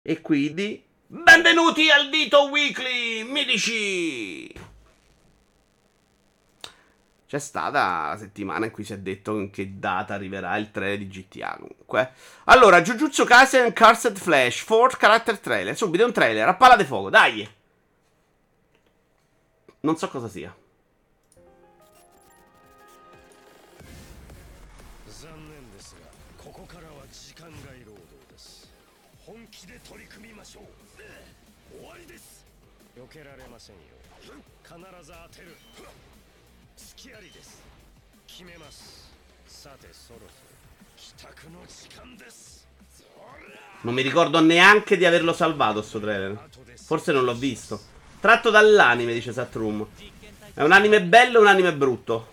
E quindi, benvenuti al Dito Weekly, mi dici? C'è stata la settimana in cui si è detto in che data arriverà il trailer di GTA comunque. Allora, Jujutsu Kaisen Cursed Flash, 4 character trailer, subito un trailer a palla di fuoco, dai! Non so cosa sia. 残念ですが、ここからは時間がロードです。本気で取り組みましょう。終わりです。避けられませんよ。必ず当てる。月ありです。決めます。さてそろそろ帰宅の時間です。 Non mi ricordo neanche di averlo salvato sto trailer. Forse non l'ho visto. Tratto dall'anime, dice Satroom. È un anime bello e un anime brutto.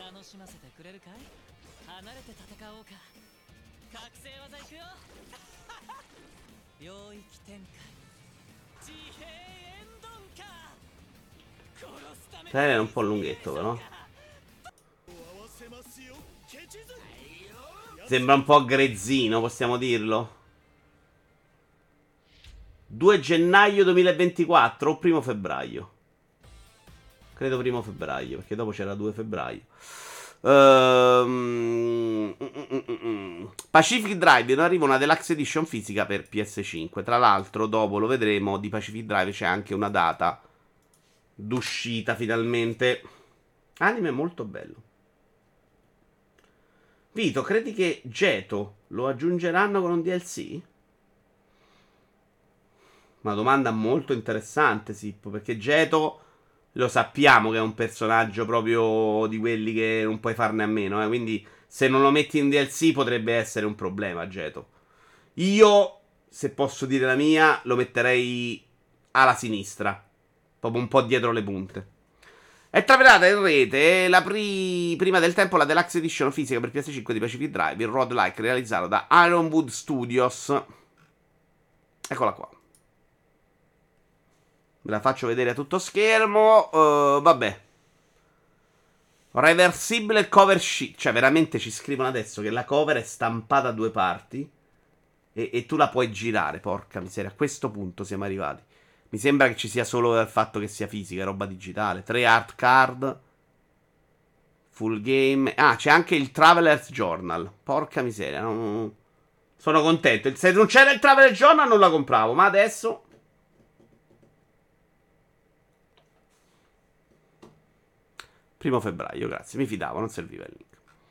楽しませてくれるかい？離れて戦おうか。覚醒は最強。領域展開。地平線鈍化。殺すために。 Trailer è un po' lunghetto però. Sembra un po' grezzino, possiamo dirlo. 2 gennaio 2024 o 1 febbraio? Credo 1 febbraio, perché dopo c'era 2 febbraio. Pacific Drive non arriva una Deluxe Edition fisica per PS5. Tra l'altro, dopo lo vedremo, di Pacific Drive c'è anche una data d'uscita finalmente. Anime molto bello. Vito, credi che Geto lo aggiungeranno con un DLC? Una domanda molto interessante, Sippo, perché Geto lo sappiamo che è un personaggio proprio di quelli che non puoi farne a meno, quindi se non lo metti in DLC potrebbe essere un problema, Geto. Io, se posso dire la mia, lo metterei alla sinistra, proprio un po' dietro le punte. È travelata in rete prima del tempo la Deluxe Edition fisica per PS5 di Pacific Drive, il roguelike realizzato da Ironwood Studios. Eccola qua. Ve la faccio vedere a tutto schermo. Vabbè. Reversibile cover sheet. Cioè, veramente ci scrivono adesso che la cover è stampata a due parti. E tu la puoi girare. Porca miseria. A questo punto siamo arrivati. Mi sembra che ci sia solo il fatto che sia fisica, roba digitale. 3 art card. Full game. Ah, c'è anche il Traveler's Journal. Porca miseria. Sono contento. Se non c'era il Traveler's Journal non la compravo. Ma adesso... 1 febbraio, grazie. Mi fidavo, non serviva il link.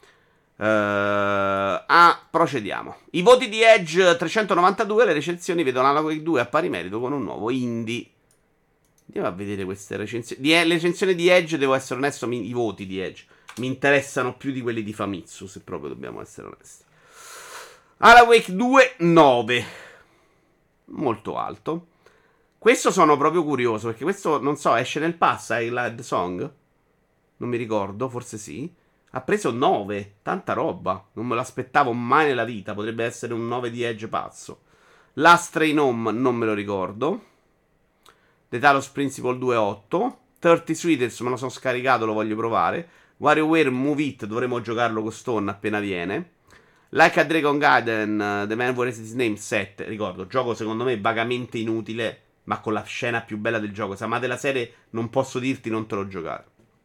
Procediamo. I voti di Edge 392. Le recensioni vedono Alan Wake 2 a pari merito con un nuovo indie. Andiamo a vedere queste recensioni. Le recensioni di Edge, devo essere onesto, i voti di Edge mi interessano più di quelli di Famitsu, se proprio dobbiamo essere onesti. Alan Wake 2, 9. Molto alto. Questo sono proprio curioso, perché questo, non so, esce nel pass, Highlight Song? Non mi ricordo, forse sì. Ha preso 9, tanta roba. Non me l'aspettavo mai nella vita. Potrebbe essere un 9 di Edge pazzo. Last Train Home non me lo ricordo. The Talos Principle 2, 8. 30 Sweeters me lo sono scaricato, lo voglio provare. WarioWare Move It, dovremo giocarlo con Stone appena viene. Like a Dragon Gaiden, The Man Who Erased His Name, 7. Ricordo, gioco secondo me vagamente inutile, ma con la scena più bella del gioco. Se amate la serie, non posso dirti non te lo giocare.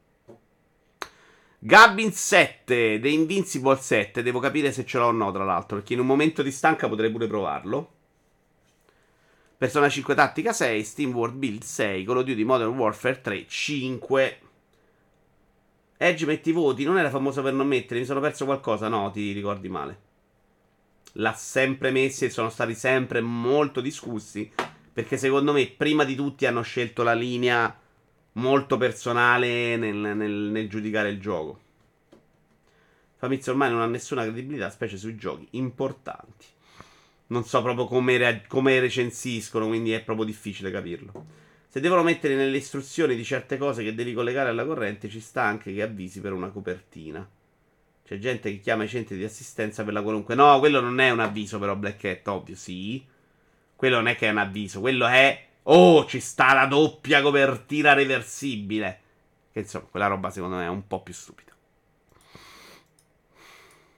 Gabbin 7, The Invincible 7. Devo capire se ce l'ho o no, tra l'altro, perché in un momento di stanca potrei pure provarlo. Persona 5 Tattica 6, SteamWorld Build 6, Call of Duty Modern Warfare 3, 5. Edge metti i voti, non era famoso per non mettere, mi sono perso qualcosa, no, ti ricordi male. L'ha sempre messi e sono stati sempre molto discussi, perché secondo me prima di tutti hanno scelto la linea molto personale nel giudicare il gioco. Famitsu ormai non ha nessuna credibilità, specie sui giochi importanti. Non so proprio come recensiscono, quindi è proprio difficile capirlo. Se devono mettere nelle istruzioni di certe cose che devi collegare alla corrente, ci sta anche che avvisi per una copertina. C'è gente che chiama i centri di assistenza per la qualunque. No, quello non è un avviso però, Black Hat, ovvio, sì. Quello non è che è un avviso, quello è... Oh, ci sta la doppia copertina reversibile. Che insomma, quella roba secondo me è un po' più stupida.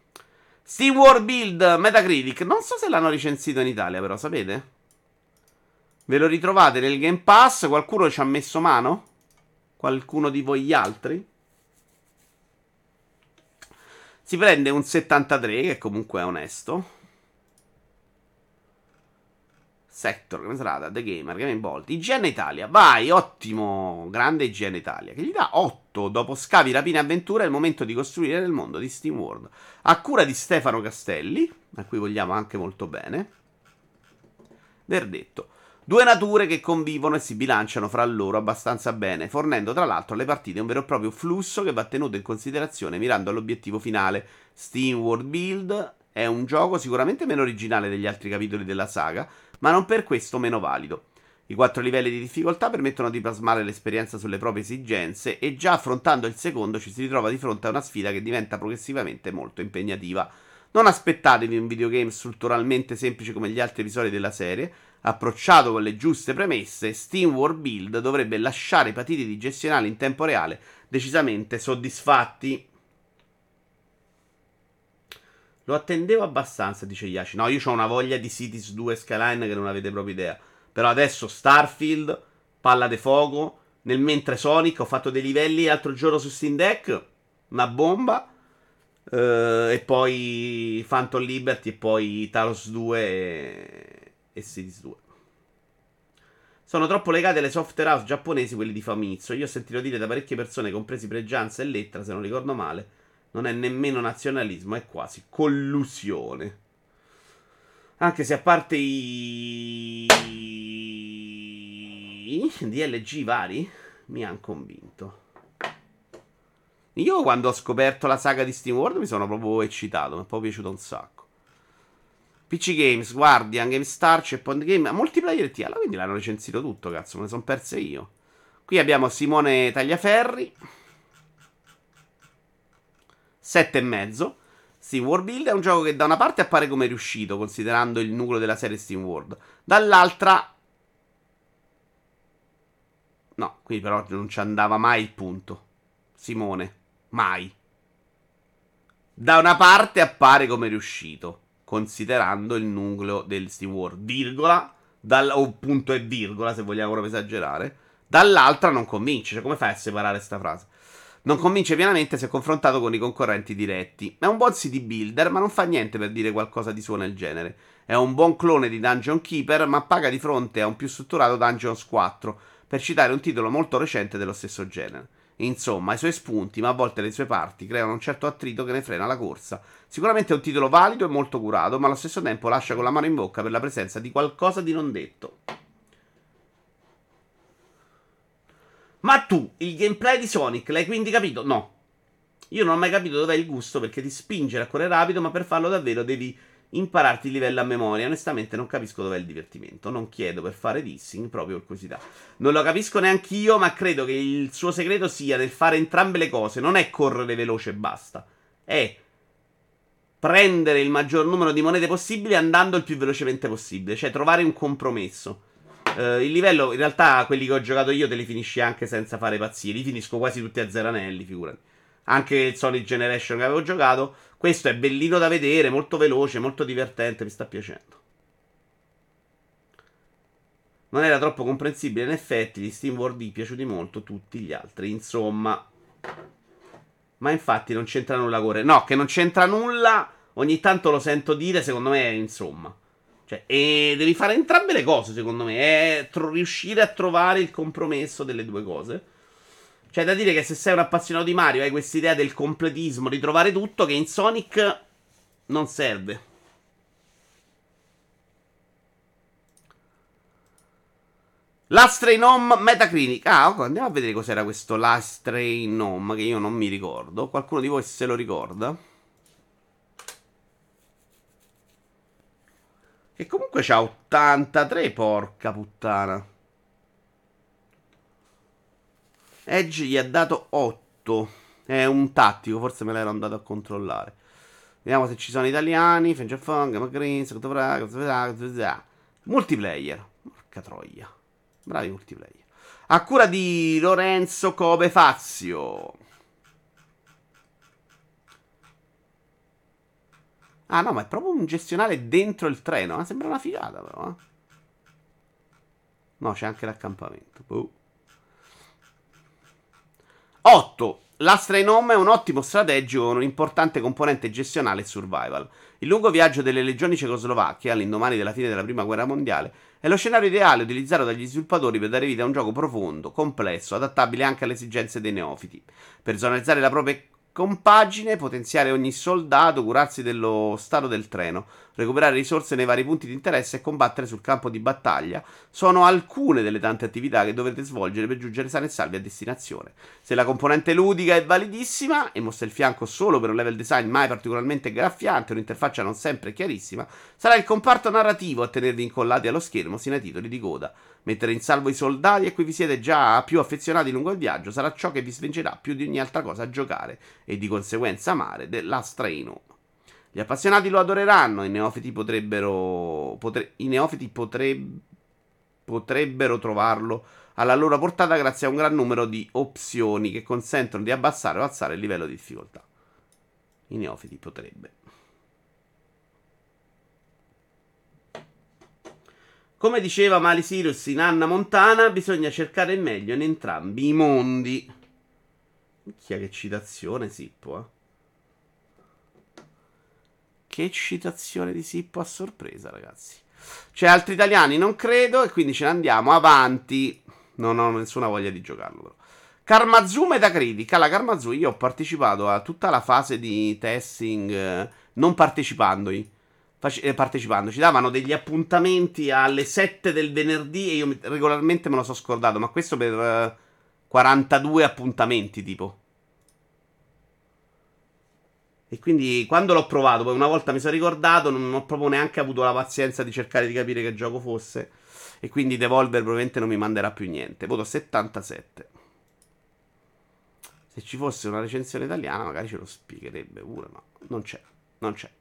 SteamWorld Build Metacritic. Non so se l'hanno recensito in Italia, però, sapete? Ve lo ritrovate nel Game Pass? Qualcuno ci ha messo mano? Qualcuno di voi altri? Si prende un 73, che comunque è onesto. Sector, come sarà? The Gamer, Game Bolt. IGN Italia, vai, ottimo. Grande IGN Italia, che gli dà 8. Dopo scavi, rapine e avventure è il momento di costruire nel mondo di SteamWorld. A cura di Stefano Castelli, a cui vogliamo anche molto bene. Verdetto. Due nature che convivono e si bilanciano fra loro abbastanza bene, fornendo tra l'altro alle partite un vero e proprio flusso che va tenuto in considerazione mirando all'obiettivo finale. SteamWorld Build è un gioco sicuramente meno originale degli altri capitoli della saga, ma non per questo meno valido. I 4 livelli di difficoltà permettono di plasmare l'esperienza sulle proprie esigenze e già affrontando il secondo ci si ritrova di fronte a una sfida che diventa progressivamente molto impegnativa. Non aspettatevi un videogame strutturalmente semplice come gli altri episodi della serie. Approcciato con le giuste premesse, SteamWorld Build dovrebbe lasciare i patiti gestionali in tempo reale decisamente soddisfatti. Lo attendevo abbastanza, dice Yashi. No, io ho una voglia di Cities 2 Skyline che non avete proprio idea. Però adesso Starfield, palla de fuoco. Nel mentre Sonic, ho fatto dei livelli l'altro giorno su Steam Deck. Una bomba. E poi Phantom Liberty e poi Talos 2 e Cities 2. Sono troppo legati alle software house giapponesi quelli di Famitsu. Io ho sentito dire da parecchie persone, compresi Pregianza e Lettra, se non ricordo male, non è nemmeno nazionalismo, è quasi collusione. Anche se a parte i DLG vari mi hanno convinto. Io quando ho scoperto la saga di SteamWorld mi sono proprio eccitato, mi è proprio piaciuto un sacco. PC Games, Guardian, GameStar, Checkpoint Game, Multiplayer TR, quindi l'hanno recensito tutto, cazzo, me ne sono perse io. Qui abbiamo Simone Tagliaferri, 7,5. SteamWorld Build è un gioco che da una parte appare come riuscito, considerando il nucleo della serie SteamWorld, dall'altra no, qui però non ci andava mai il punto. Simone, mai. Da una parte appare come riuscito, considerando il nucleo del SteamWorld, virgola, o punto e virgola, se vogliamo proprio esagerare. Dall'altra non convince, cioè come fai a separare sta frase? Non convince pienamente se confrontato con i concorrenti diretti. È un buon city builder, ma non fa niente per dire qualcosa di suo nel genere. È un buon clone di Dungeon Keeper, ma paga di fronte a un più strutturato Dungeons 4, per citare un titolo molto recente dello stesso genere. Insomma, i suoi spunti, ma a volte le sue parti, creano un certo attrito che ne frena la corsa. Sicuramente è un titolo valido e molto curato, ma allo stesso tempo lascia con la mano in bocca per la presenza di qualcosa di non detto. Ma tu, il gameplay di Sonic, l'hai quindi capito? No. Io non ho mai capito dov'è il gusto perché ti spinge a correre rapido, ma per farlo davvero devi impararti il livello a memoria. Onestamente non capisco dov'è il divertimento. Non chiedo per fare dissing, proprio per curiosità. Non lo capisco neanch'io, ma credo che il suo segreto sia nel fare entrambe le cose. Non è correre veloce e basta. È prendere il maggior numero di monete possibili andando il più velocemente possibile. Cioè trovare un compromesso. Il livello, in realtà, quelli che ho giocato io te li finisci anche senza fare pazzie. Li finisco quasi tutti a zero anelli, figurati. Anche il Sonic Generation che avevo giocato. Questo è bellino da vedere, molto veloce, molto divertente, mi sta piacendo. Non era troppo comprensibile, in effetti, gli SteamWorld D piaciuti molto, tutti gli altri, insomma. Ma infatti non c'entra nulla con No, che non c'entra nulla, ogni tanto lo sento dire, secondo me, insomma. Cioè, e devi fare entrambe le cose, secondo me. È riuscire a trovare il compromesso delle due cose. Cioè, da dire che se sei un appassionato di Mario hai questa idea del completismo, di trovare tutto, che in Sonic non serve. Last Train Home Metacritic. Ah, ok, andiamo a vedere cos'era questo Last Train Home, che io non mi ricordo. Qualcuno di voi se lo ricorda? Che comunque c'ha 83, porca puttana. Edge gli ha dato 8. È un tattico, forse me l'ero andato a controllare. Vediamo se ci sono italiani. Fencer Fong, McGreen, multiplayer. Porca troia. Bravi multiplayer. A cura di Lorenzo Kobe Fazio. Ah no, ma è proprio un gestionale dentro il treno. Sembra una figata però. No, c'è anche l'accampamento. 8. L'Astray Home è un ottimo strategico con un'importante componente gestionale e survival. Il lungo viaggio delle legioni cecoslovacche, all'indomani della fine della prima guerra mondiale, è lo scenario ideale utilizzato dagli sviluppatori per dare vita a un gioco profondo, complesso, adattabile anche alle esigenze dei neofiti. Personalizzare la propria compagine, potenziare ogni soldato, curarsi dello stato del treno, recuperare risorse nei vari punti di interesse e combattere sul campo di battaglia sono alcune delle tante attività che dovrete svolgere per giungere sani e salvi a destinazione. Se la componente ludica è validissima e mostra il fianco solo per un level design mai particolarmente graffiante o un'interfaccia non sempre chiarissima, sarà il comparto narrativo a tenervi incollati allo schermo sino ai titoli di coda. Mettere in salvo i soldati a cui vi siete già più affezionati lungo il viaggio sarà ciò che vi spingerà più di ogni altra cosa a giocare e di conseguenza amare dell'Astray Home. Gli appassionati lo adoreranno, i neofiti potrebbero trovarlo alla loro portata grazie a un gran numero di opzioni che consentono di abbassare o alzare il livello di difficoltà. I neofiti potrebbe. Come diceva Miley Cyrus in Hannah Montana, bisogna cercare il meglio in entrambi i mondi. Minchia, che citazione, Sippo, Che citazione di Sippo a sorpresa, ragazzi. C'è altri italiani? Non credo, e quindi ce ne andiamo avanti. Non ho nessuna voglia di giocarlo, però. Karmazu Metacritic. Alla Karmazu io ho partecipato a tutta la fase di testing, non partecipandogli. Partecipando, ci davano degli appuntamenti alle 7 del venerdì e io regolarmente me lo sono scordato, ma questo per 42 appuntamenti tipo. E quindi quando l'ho provato, poi una volta mi sono ricordato, non ho proprio neanche avuto la pazienza di cercare di capire che gioco fosse. E quindi Devolver probabilmente non mi manderà più niente. Voto 77. Se ci fosse una recensione italiana magari ce lo spiegherebbe pure, ma non c'è. Non c'è.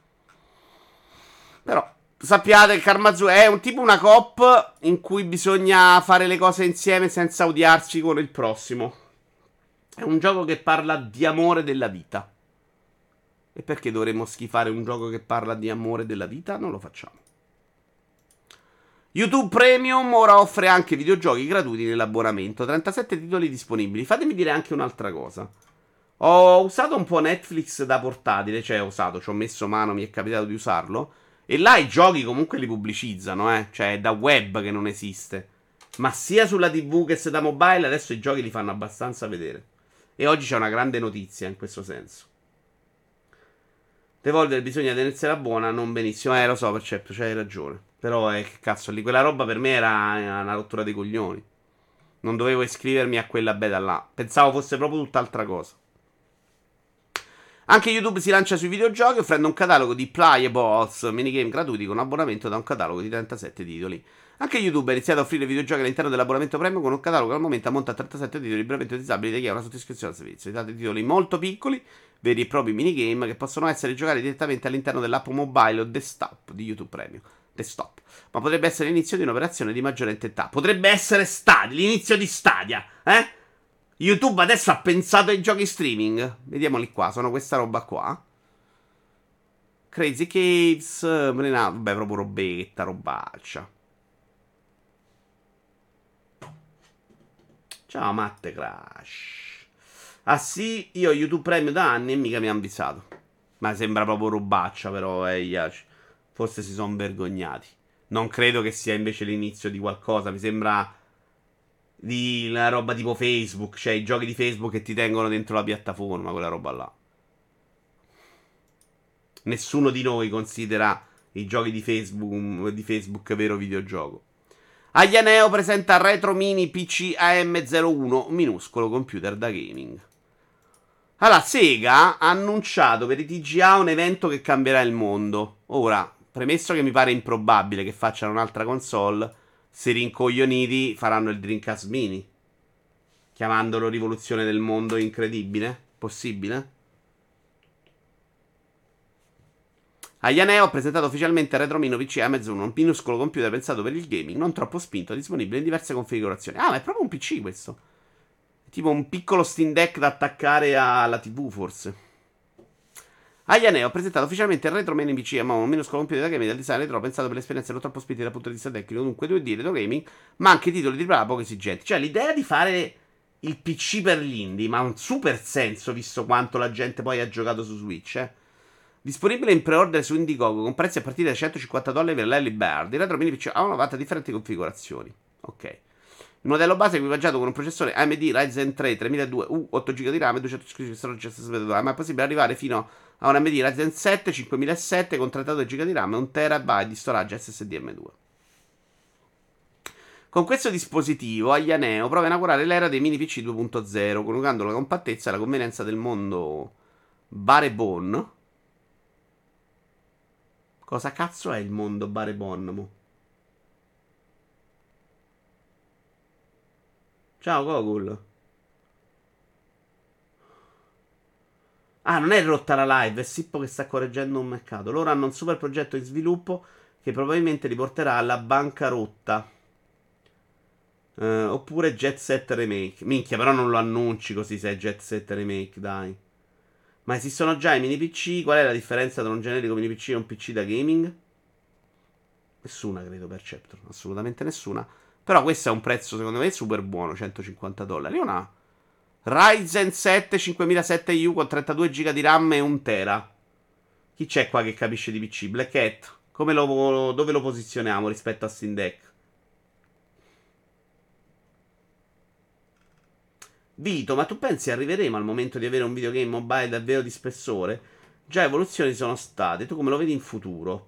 Però sappiate che Karmazu è un tipo una coop in cui bisogna fare le cose insieme senza odiarsi con il prossimo. È un gioco che parla di amore della vita. E perché dovremmo schifare un gioco che parla di amore della vita? Non lo facciamo. YouTube Premium ora offre anche videogiochi gratuiti nell'abbonamento. 37 titoli disponibili. Fatemi dire anche un'altra cosa. Ho usato un po' Netflix da portatile. Cioè ci ho messo mano, mi è capitato di usarlo. E là i giochi comunque li pubblicizzano, Cioè è da web che non esiste. Ma sia sulla TV che se da mobile adesso i giochi li fanno abbastanza vedere. E oggi c'è una grande notizia in questo senso. Devolver bisogna tenersela buona, non benissimo. Lo so, Percepto, c'hai ragione. Però che cazzo lì, quella roba per me era una rottura dei coglioni. Non dovevo iscrivermi a quella beta là. Pensavo fosse proprio tutt'altra cosa. Anche YouTube si lancia sui videogiochi offrendo un catalogo di playables, minigame gratuiti con abbonamento da un catalogo di 37 titoli. Anche YouTube ha iniziato a offrire videogiochi all'interno dell'abbonamento premium con un catalogo che al momento ammonta a 37 titoli brevemente utilizzabili da chi ha una sottoscrizione al servizio. Si tratta di titoli molto piccoli, veri e propri minigame che possono essere giocati direttamente all'interno dell'app mobile o desktop di YouTube Premium. Desktop. Ma potrebbe essere l'inizio di un'operazione di maggiore entità. Potrebbe essere Stadia, l'inizio di Stadia, YouTube adesso ha pensato ai giochi streaming. Vediamoli qua, sono questa roba qua. Crazy Caves, vabbè, proprio robetta, robaccia. Ciao Matte Crash. Ah sì, io YouTube Premium da anni e mica mi hanno avvisato. Ma sembra proprio robaccia però, forse si sono vergognati. Non credo che sia invece l'inizio di qualcosa, mi sembra di la roba tipo Facebook, cioè i giochi di Facebook che ti tengono dentro la piattaforma, quella roba là. Nessuno di noi considera i giochi di Facebook vero videogioco. Aianeo presenta Retro Mini PC AM01, un minuscolo computer da gaming. Allora, Sega ha annunciato per i TGA un evento che cambierà il mondo. Ora, premesso che mi pare improbabile che facciano un'altra console, se rincoglioniti faranno il Dreamcast Mini, chiamandolo rivoluzione del mondo incredibile? Possibile? Aianeo ha presentato ufficialmente Retro Mini PC AM01, un minuscolo computer pensato per il gaming, non troppo spinto, disponibile in diverse configurazioni. Ah, ma è proprio un PC questo. È tipo un piccolo Steam Deck da attaccare alla TV, forse. Ayaneo ha presentato ufficialmente il Retro Mini PC, ma un minuscolo computer da gaming del design retro pensato per l'esperienza non troppo spinta dal punto di vista tecnico, dunque 2D, retro gaming, ma anche titoli di poco esigenti. Cioè l'idea di fare il PC per gli indie, ma ha un super senso visto quanto la gente poi ha giocato su Switch, eh. Disponibile in pre-order su Indiegogo con prezzi a partire da $150 per l'Early Bird. Il Retro Mini PC ha 90 differenti configurazioni. Ok. Il modello base è equipaggiato con un processore AMD Ryzen 3 3002 U, 8 GB di RAM e 256 storage, ma è possibile arrivare fino a un AMD Ryzen 7 5007 con 32 GB di RAM e 1 TB di storage SSD M2. Con questo dispositivo, Ayaneo prova a inaugurare l'era dei mini PC 2.0, coniugando la compattezza e la convenienza del mondo Barebone. Cosa cazzo è il mondo Barebone, mo? Ciao, Gogol. Ah, non è rotta la live, è Sippo che sta correggendo un mercato. Loro hanno un super progetto in sviluppo che probabilmente li porterà alla bancarotta. Oppure Jet Set Remake. Minchia, però non lo annunci così se è Jet Set Remake, dai. Ma esistono già i mini PC? Qual è la differenza tra un generico mini PC e un PC da gaming? Nessuna, credo, per Perceptor. Assolutamente nessuna. Però questo è un prezzo, secondo me, super buono, $150. Una Ryzen 7 5007U con 32 GB di RAM e 1 tera. Chi c'è qua che capisce di PC? Black Hat. Dove lo posizioniamo rispetto a Steam Deck? Vito, ma tu pensi arriveremo al momento di avere un videogame mobile davvero di spessore? Già evoluzioni sono state, tu come lo vedi in futuro?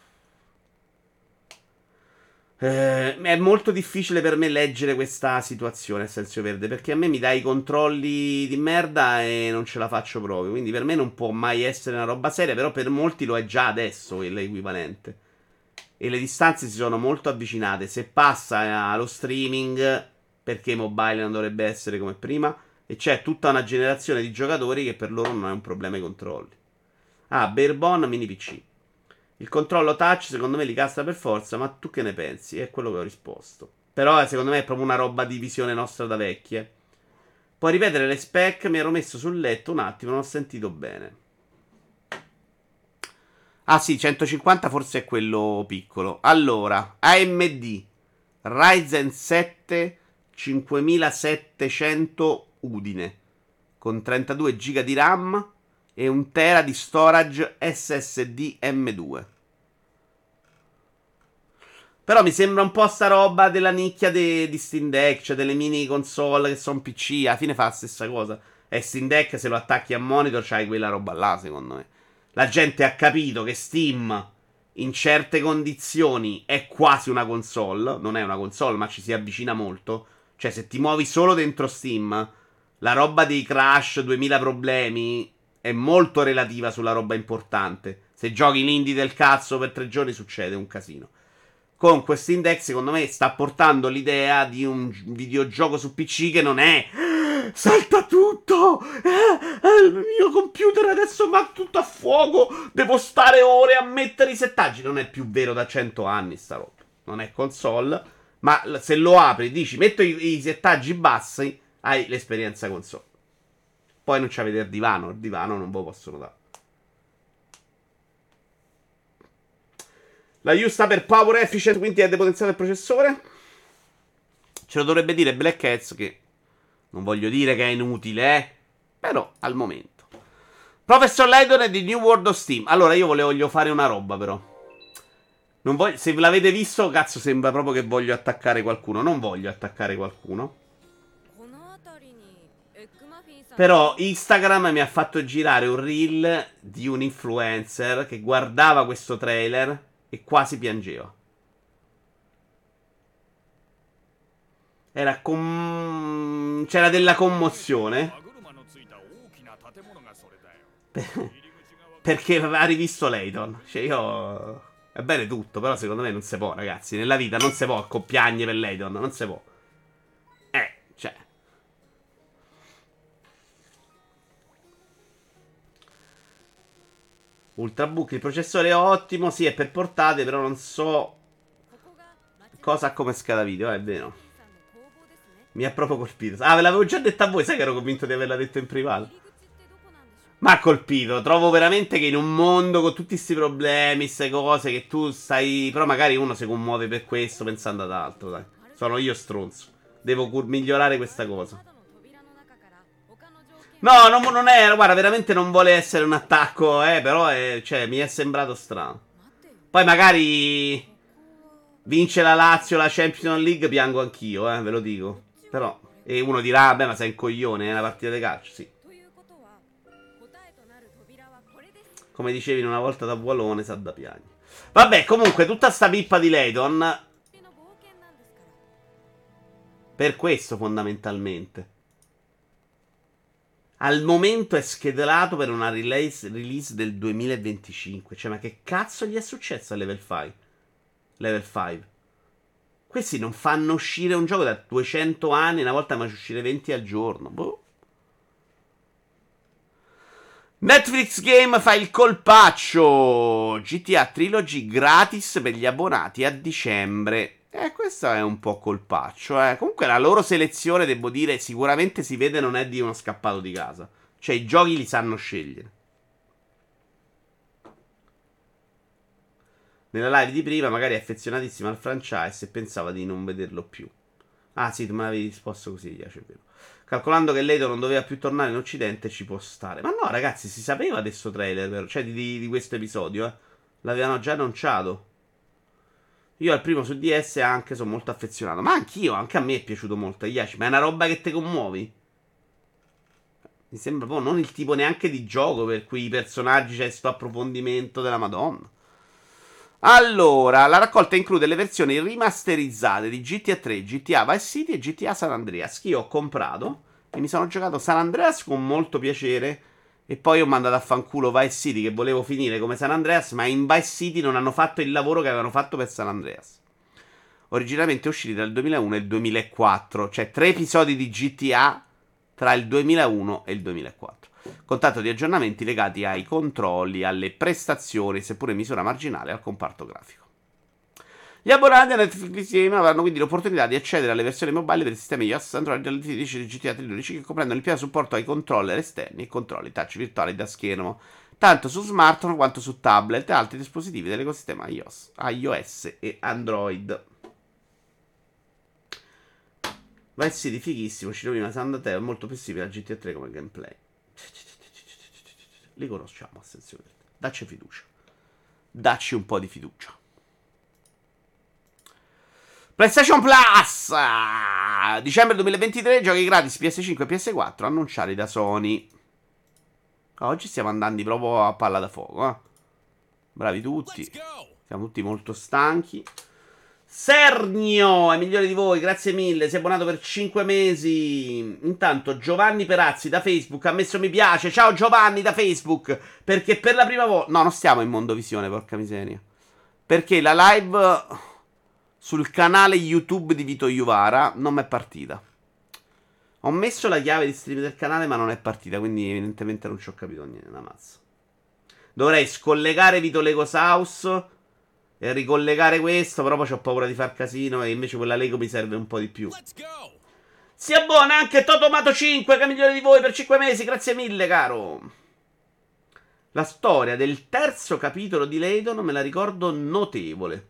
È molto difficile per me leggere questa situazione a senso verde, perché a me mi dai i controlli di merda e non ce la faccio proprio. Quindi per me non può mai essere una roba seria, però per molti lo è già adesso l'equivalente. E le distanze si sono molto avvicinate. Se passa allo streaming, perché mobile non dovrebbe essere come prima? E c'è tutta una generazione di giocatori che per loro non è un problema i controlli. Ah, Barebone mini PC. Il controllo touch secondo me li castra per forza, ma tu che ne pensi? È quello che ho risposto. Però secondo me è proprio una roba di visione nostra da vecchie. Puoi ripetere le spec? Mi ero messo sul letto un attimo, non ho sentito bene. Ah sì, 150 forse è quello piccolo. Allora, AMD Ryzen 7 5700 Udine con 32 GB di RAM e 1 tera di storage SSD M2. Però mi sembra un po' sta roba della nicchia di Steam Deck, cioè delle mini console che sono PC, alla fine fa la stessa cosa. E Steam Deck se lo attacchi a monitor c'hai quella roba là, secondo me. La gente ha capito che Steam in certe condizioni è quasi una console, non è una console ma ci si avvicina molto. Cioè se ti muovi solo dentro Steam, la roba dei crash 2000 problemi è molto relativa sulla roba importante. Se giochi l'indie del cazzo per 3 giorni succede un casino. Con questo index secondo me sta portando l'idea di un videogioco su PC che non è salta tutto, il mio computer adesso va tutto a fuoco, devo stare ore a mettere i settaggi. Non è più vero da 100 anni sta roba. Non è console, ma se lo apri dici metto i settaggi bassi, hai l'esperienza console. Poi non c'avete il divano non ve lo possono dare. La U sta per Power Efficient, quindi è depotenziato il processore. Ce lo dovrebbe dire Black Cats, che non voglio dire che è inutile, però al momento. Professor Layton è di New World of Steam. Allora io voglio fare una roba però. Non voglio, se l'avete visto, cazzo, sembra proprio che voglio attaccare qualcuno. Non voglio attaccare qualcuno. Però Instagram mi ha fatto girare un reel di un influencer che guardava questo trailer e quasi piangeva. C'era della commozione. Perché aveva rivisto Layton. Cioè io... È bene tutto, però secondo me non si può, ragazzi. Nella vita non si può piangere per Layton. Non si può. Cioè... Ultrabook, il processore è ottimo, sì, è per portate, però non so cosa ha come scheda video, è vero. Mi ha proprio colpito. Ah, ve l'avevo già detto a voi, sai che ero convinto di averla detto in privato. Ma ha colpito. Trovo veramente che in un mondo con tutti questi problemi, queste cose che tu stai. Però magari uno si commuove per questo pensando ad altro, dai. Sono io stronzo. Devo migliorare questa cosa. No, non è. Guarda, veramente non vuole essere un attacco, però cioè, mi è sembrato strano. Poi magari vince la Lazio la Champions League, piango anch'io, ve lo dico. Però. E uno dirà, beh, ma sei un coglione, è una partita di calcio, sì. Come dicevi una volta da Bualone, sa da piagni. Vabbè, comunque, tutta sta pippa di Layton. Per questo, fondamentalmente. Al momento è schedato per una release del 2025. Cioè, ma che cazzo gli è successo a Level 5? Level 5. Questi non fanno uscire un gioco da 200 anni. Una volta faccio uscire 20 al giorno. Boh. Netflix Game fa il colpaccio. GTA Trilogy gratis per gli abbonati a dicembre. Questo è un po' colpaccio, Comunque la loro selezione, devo dire, sicuramente si vede non è di uno scappato di casa. Cioè i giochi li sanno scegliere. Nella live di prima magari è affezionatissimo al franchise e pensava di non vederlo più. Ah sì, tu me l'avevi risposto così, è vero. Calcolando che Leto non doveva più tornare in Occidente ci può stare. Ma no ragazzi, si sapeva adesso trailer, cioè di questo episodio, L'avevano già annunciato. Io al primo su DS anche sono molto affezionato. Ma anch'io, anche a me è piaciuto molto Yashi. Ma è una roba che te commuovi? Mi sembra proprio non il tipo neanche di gioco per cui i personaggi c'è sto approfondimento della Madonna. Allora, la raccolta include le versioni rimasterizzate di GTA 3, GTA Vice City e GTA San Andreas, che io ho comprato e mi sono giocato San Andreas con molto piacere. E poi ho mandato a fanculo Vice City, che volevo finire come San Andreas, ma in Vice City non hanno fatto il lavoro che avevano fatto per San Andreas. Originalmente usciti tra il 2001 e il 2004, cioè 3 episodi di GTA tra il 2001 e il 2004. Con tanto di aggiornamenti legati ai controlli, alle prestazioni, seppure in misura marginale, al comparto grafico. Gli abbonati a Netflix Game avranno quindi l'opportunità di accedere alle versioni mobile del sistema iOS Android alle 13 di GTA 13 che comprendono il pieno supporto ai controller esterni e controlli touch virtuali da schermo, tanto su smartphone quanto su tablet e altri dispositivi dell'ecosistema iOS e Android. Vice City fighissimo, ci rovina Sandate, è molto più simile a GTA 3 come gameplay. Li conosciamo, attenzione. Dacci fiducia. Dacci un po' di fiducia. PlayStation Plus! Dicembre 2023, giochi gratis PS5 e PS4 annunciati da Sony. Oggi stiamo andando proprio a palla da fuoco, Bravi tutti. Siamo tutti molto stanchi. Sernio è migliore di voi, grazie mille. Si è abbonato per 5 mesi. Intanto Giovanni Perazzi da Facebook ha messo mi piace. Ciao Giovanni da Facebook. Perché per la prima volta... No, non stiamo in Mondovisione, porca miseria. Perché la live sul canale YouTube di Vito Iuvara non mi è partita. Ho messo la chiave di stream del canale ma non è partita, quindi evidentemente non ci ho capito niente, una mazza. Dovrei scollegare Vito Legos House e ricollegare questo, però poi ho paura di far casino e invece quella Lego mi serve un po' di più. Si abbona anche Totomato 5, che è migliore di voi, per 5 mesi, grazie mille caro. La storia del terzo capitolo di Layton me la ricordo notevole.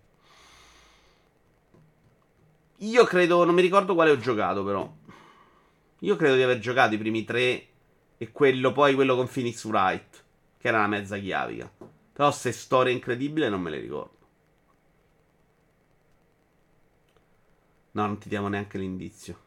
Io credo, non mi ricordo quale ho giocato però. Io credo di aver giocato i primi 3 e quello con Phoenix Wright, che era una mezza chiavica. Però se storia incredibile non me le ricordo. No, non ti diamo neanche l'indizio.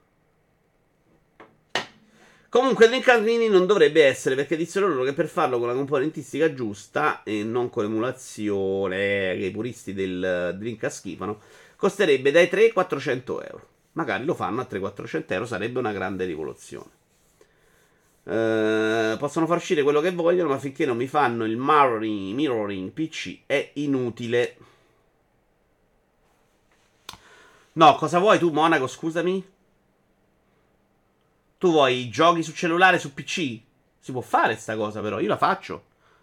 Comunque il Dreamcast Mini non dovrebbe essere, perché dissero loro che per farlo con la componentistica giusta e non con l'emulazione che i puristi del Dreamcast schifano, costerebbe dai 3 ai 400 euro. Magari lo fanno a 300-400 euro, sarebbe una grande rivoluzione. Possono far uscire quello che vogliono, ma finché non mi fanno il mirroring PC è inutile. No, cosa vuoi tu, Monaco? Scusami. Tu vuoi i giochi su cellulare, su PC? Si può fare sta cosa, però. Io la faccio.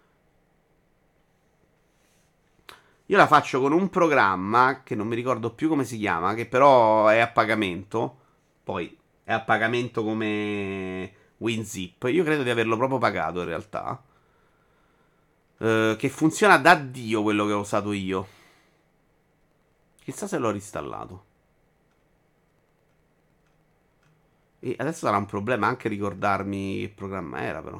Io la faccio con un programma che non mi ricordo più come si chiama, che però è a pagamento. Poi è a pagamento come WinZip. Io credo di averlo proprio pagato in realtà. Che funziona da Dio quello che ho usato io. Chissà se l'ho rinstallato. E adesso sarà un problema anche ricordarmi che programma era, però.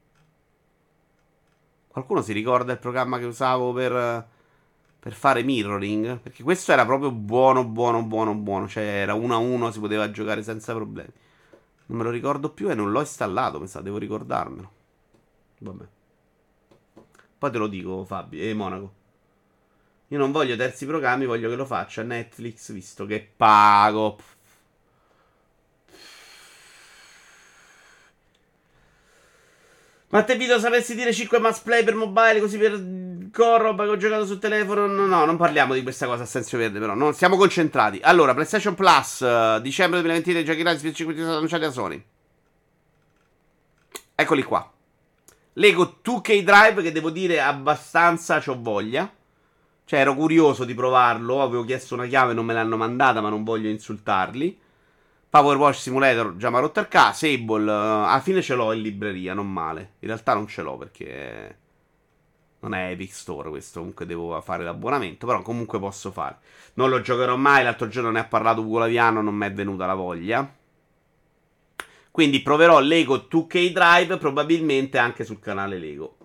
Qualcuno si ricorda il programma che usavo per fare mirroring? Perché questo era proprio buono, buono, buono, buono. Cioè era 1 a 1, si poteva giocare senza problemi. Non me lo ricordo più e non l'ho installato, mi sa, devo ricordarmelo. Vabbè. Poi te lo dico, Fabio, Monaco. Io non voglio terzi programmi, voglio che lo faccia Netflix, visto che pago. Ma te video sapessi dire 5 must play per mobile così per roba che ho giocato sul telefono? No, no, non parliamo di questa cosa a senso verde, però. Non siamo concentrati. Allora, PlayStation Plus, dicembre 2023, giochi gratis per 5 stati annunciati da Sony. Eccoli qua. Lego 2K Drive, che devo dire abbastanza c'ho voglia. Cioè, ero curioso di provarlo. Avevo chiesto una chiave, non me l'hanno mandata, ma non voglio insultarli. Power Wash Simulator, già mi ha rotto il cazzo. Sable, alla fine ce l'ho in libreria, non male. In realtà non ce l'ho perché non è Epic Store questo, comunque devo fare l'abbonamento, però comunque posso fare. Non lo giocherò mai, l'altro giorno ne ha parlato Ugo Laviano, non mi è venuta la voglia. Quindi proverò Lego 2K Drive, probabilmente anche sul canale Lego.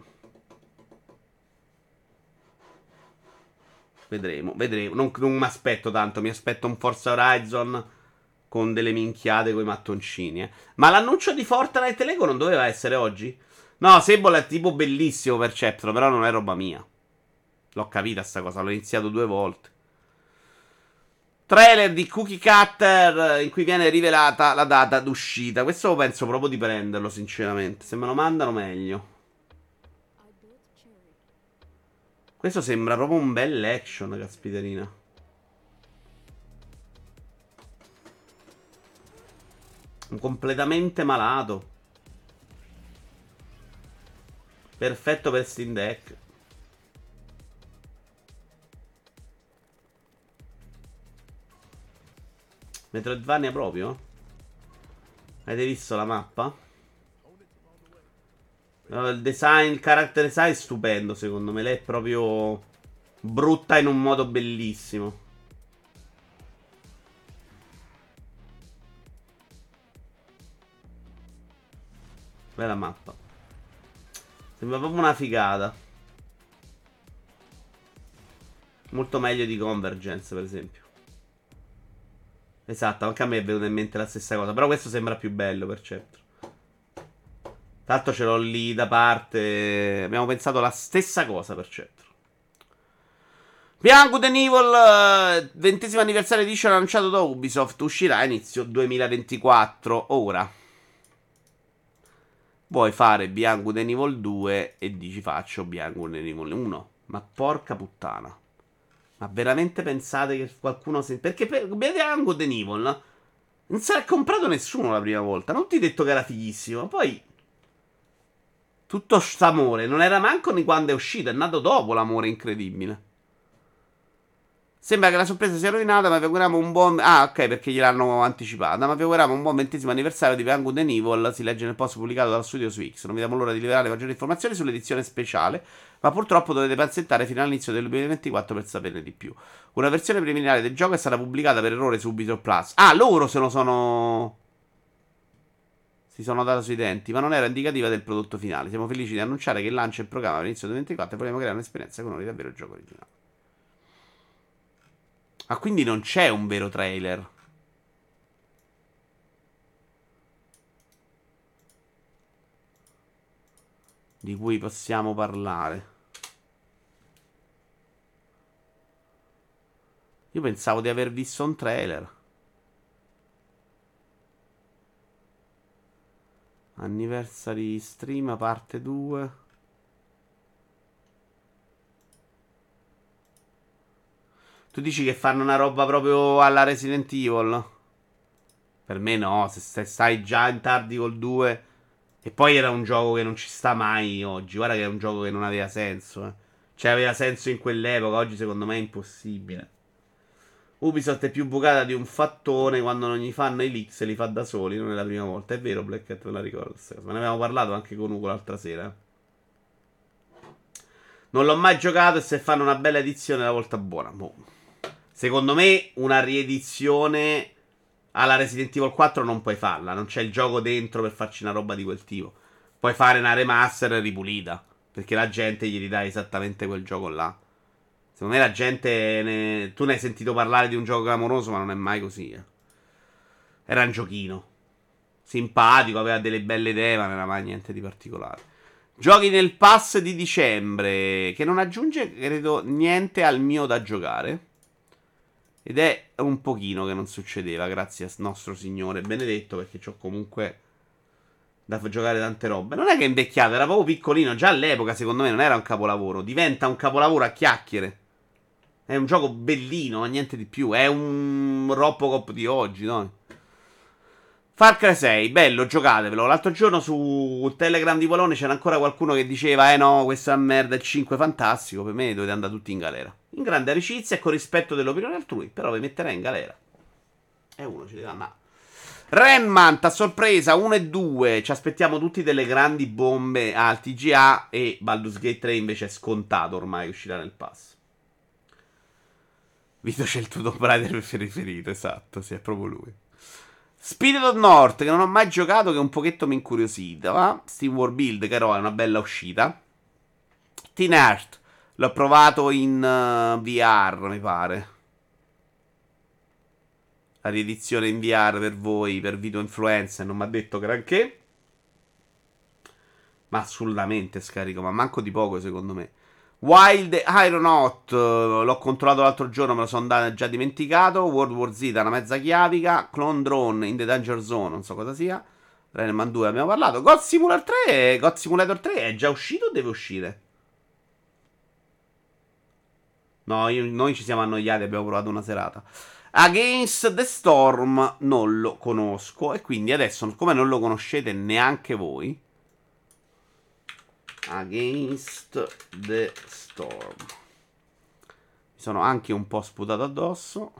Vedremo, vedremo. Non mi aspetto tanto, mi aspetto un Forza Horizon con delle minchiate coi mattoncini. Ma l'annuncio di Fortnite Lego non doveva essere oggi? No, Sable è tipo bellissimo per Perceptron, però non è roba mia. L'ho capita sta cosa, l'ho iniziato 2 volte. Trailer di Cookie Cutter in cui viene rivelata la data d'uscita. Questo penso proprio di prenderlo, sinceramente. Se me lo mandano meglio. Questo sembra proprio un bel action, caspiterina. Un completamente malato. Perfetto per Steam Deck. Metroidvania proprio? Avete visto la mappa? Il design, il character design è stupendo, secondo me. Lei è proprio brutta in un modo bellissimo. Bella mappa. Sembra proprio una figata. Molto meglio di Convergence, per esempio. Esatto, anche a me è venuta in mente la stessa cosa. Però questo sembra più bello, per certo. Tanto ce l'ho lì da parte. Abbiamo pensato la stessa cosa, per certo. Beyond Good and Evil 20° anniversario edition annunciato da Ubisoft. Uscirà a inizio 2024. Ora vuoi fare Beyond Good and Evil 2 e dici faccio Beyond Good and Evil 1. Ma porca puttana. Ma veramente pensate che qualcuno perché Beyond Good and Evil, no? Non se l'ha comprato nessuno la prima volta. Non ti ho detto che era fighissimo. Poi tutto st'amore. Non era manco di quando è uscito. È nato dopo l'amore incredibile. Sembra che la sorpresa sia rovinata, ma vi auguriamo un buon. Ah, ok, perché gliel'hanno anticipata. Ma vi auguriamo un buon 20° anniversario di Beyond Good and Evil. Si legge nel post pubblicato dalla Studio su X. Non vediamo l'ora di rivelare maggiori informazioni sull'edizione speciale. Ma purtroppo dovete pazientare fino all'inizio del 2024 per saperne di più. Una versione preliminare del gioco è stata pubblicata per errore su Ubisoft Plus. Ah, loro se lo sono. Si sono dati sui denti, ma non era indicativa del prodotto finale. Siamo felici di annunciare che lancia il programma per l'inizio del 2024 e vogliamo creare un'esperienza con noi davvero il gioco originale. Ah, quindi non c'è un vero trailer. Di cui possiamo parlare. Io pensavo di aver visto un trailer. Anniversary stream parte 2. Tu dici che fanno una roba proprio alla Resident Evil? Per me no, se stai già in tardi col 2. E poi era un gioco che non ci sta mai oggi. Guarda che è un gioco che non aveva senso. Cioè aveva senso in quell'epoca, oggi secondo me è impossibile. Ubisoft è più bucata di un fattone quando non gli fanno i leak, se li fa da soli, non è la prima volta. È vero, Black Cat, me la ricordo. Ma ne avevamo parlato anche con Ugo l'altra sera. Non l'ho mai giocato e se fanno una bella edizione è la volta buona. Boh. Secondo me una riedizione alla Resident Evil 4 non puoi farla. Non c'è il gioco dentro per farci una roba di quel tipo. Puoi fare una remaster ripulita. Perché la gente gli ridà esattamente quel gioco là. Secondo me la gente... Tu ne hai sentito parlare di un gioco clamoroso, ma non è mai così. Era un giochino. Simpatico, aveva delle belle idee, ma non era mai niente di particolare. Giochi nel pass di dicembre, che non aggiunge, credo, niente al mio da giocare. Ed è un pochino che non succedeva, grazie a nostro Signore benedetto, perché c'ho comunque da giocare tante robe. Non è che è invecchiato, era proprio piccolino. Già all'epoca, secondo me, non era un capolavoro. Diventa un capolavoro a chiacchiere. È un gioco bellino, ma niente di più. È un Robocop di oggi, no? Far Cry 6, bello, giocatevelo. L'altro giorno su Telegram di Polone c'era ancora qualcuno che diceva: no, questa è una merda, il 5 è fantastico. Per me dovete andare tutti in galera. In grande amicizia e con rispetto dell'opinione altrui, però vi metterei in galera. E uno ci deve andare. Remnant a sorpresa 1 e 2. Ci aspettiamo tutti delle grandi bombe al TGA. E Baldur's Gate 3 invece è scontato ormai che uscirà nel pass. Vito c'è il tuo Tomb Raider preferito, esatto, sì, è proprio lui. Spirit of North, che non ho mai giocato, che un pochetto mi incuriosita. Steam World Build, che però è una bella uscita. Teen Heart, l'ho provato in VR, mi pare. La riedizione in VR per voi, per Vito Influencer, non mi ha detto granché. Ma assolutamente scarico, ma manco di poco secondo me. Wild Ironaut, l'ho controllato l'altro giorno, me lo sono già dimenticato. World War Z, una mezza chiavica. Clone Drone in the Danger Zone, non so cosa sia. Rayman 2 abbiamo parlato. God Simulator 3 è già uscito o deve uscire? No, noi ci siamo annoiati, abbiamo provato una serata. Against the Storm non lo conosco e quindi adesso, come non lo conoscete neanche voi, Against the Storm, mi sono anche un po' sputato addosso.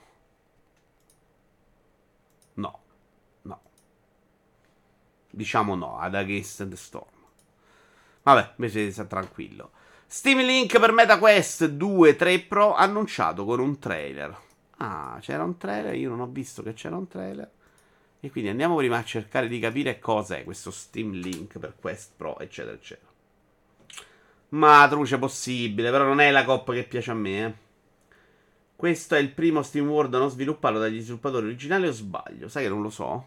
No, no, diciamo no ad Against the Storm. Vabbè, invece sta tranquillo. Steam Link per MetaQuest 2 3 Pro annunciato con un trailer. Ah, c'era un trailer, io non ho visto che c'era un trailer. E quindi andiamo prima a cercare di capire cosa è questo Steam Link per Quest Pro, eccetera, eccetera. Ma truce possibile, però non è la coppa che piace a me, eh. Questo è il primo Steam World non sviluppato dagli sviluppatori originali o sbaglio? Sai che non lo so?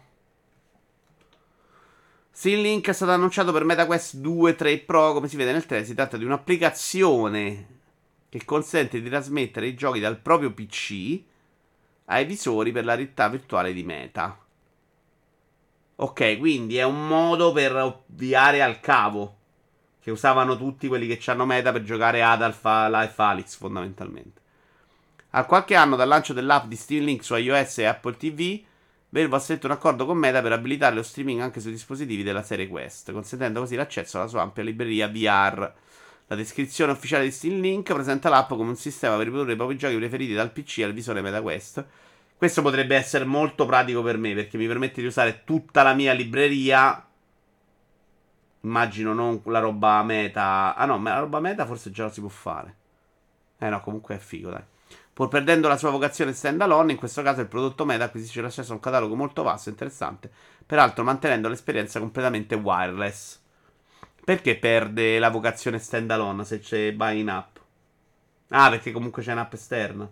Steam Link è stato annunciato per MetaQuest 2 3 Pro, come si vede nel trailer. Si tratta di un'applicazione che consente di trasmettere i giochi dal proprio PC ai visori per la realtà virtuale di Meta. Ok, quindi è un modo per ovviare al cavo che usavano tutti quelli che hanno Meta per giocare ad Half-Life Alyx fondamentalmente. A qualche anno dal lancio dell'app di Steam Link su iOS e Apple TV, Valve ha stretto un accordo con Meta per abilitare lo streaming anche sui dispositivi della serie Quest, consentendo così l'accesso alla sua ampia libreria VR. La descrizione ufficiale di Steam Link presenta l'app come un sistema per riprodurre i propri giochi preferiti dal PC al visore MetaQuest. Questo potrebbe essere molto pratico per me, perché mi permette di usare tutta la mia libreria. Immagino non la roba Meta. Ah no, ma la roba Meta forse già lo si può fare. No, comunque è figo, dai. Pur perdendo la sua vocazione standalone, in questo caso il prodotto Meta acquisisce l'accesso a un catalogo molto vasto e interessante, peraltro mantenendo l'esperienza completamente wireless. Perché perde la vocazione standalone se c'è buy in app? Ah, perché comunque c'è un'app esterna.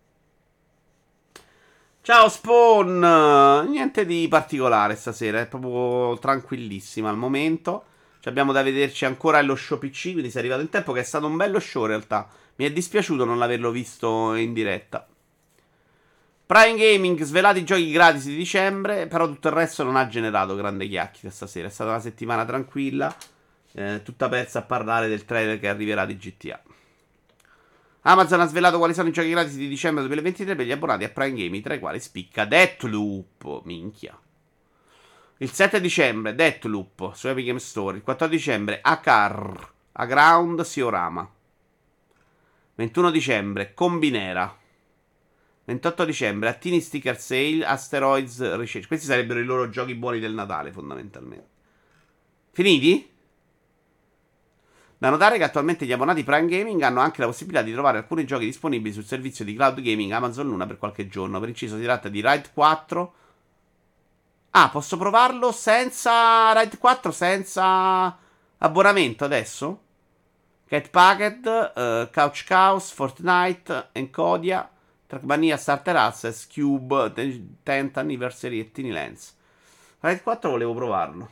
Ciao Spawn! Niente di particolare stasera, è proprio tranquillissima al momento. Abbiamo da vederci ancora allo show PC, quindi si è arrivato in tempo, che è stato un bello show in realtà. Mi è dispiaciuto non averlo visto in diretta. Prime Gaming, svelati i giochi gratis di dicembre, però tutto il resto non ha generato grande chiacchiere stasera. È stata una settimana tranquilla, tutta persa a parlare del trailer che arriverà di GTA. Amazon ha svelato quali sono i giochi gratis di dicembre 2023 per gli abbonati a Prime Gaming, tra i quali spicca Deathloop, minchia. Il 7 dicembre Deathloop su Epic Game Store. Il 14 dicembre Akar, A Ground Siorama. 21 dicembre Combinera. 28 dicembre Attini Sticker Sale Asteroids Research. Questi sarebbero i loro giochi buoni del Natale fondamentalmente. Finiti? Da notare che attualmente gli abbonati Prime Gaming hanno anche la possibilità di trovare alcuni giochi disponibili sul servizio di cloud gaming Amazon Luna per qualche giorno. Per inciso si tratta di Ride 4. Ah, posso provarlo senza Ride 4, senza abbonamento adesso? Cat Packet, Couch Chaos, Fortnite, Encodia, Trackmania, Starter Access, Cube, 10th Anniversary e Tiny Lens. Ride 4 volevo provarlo.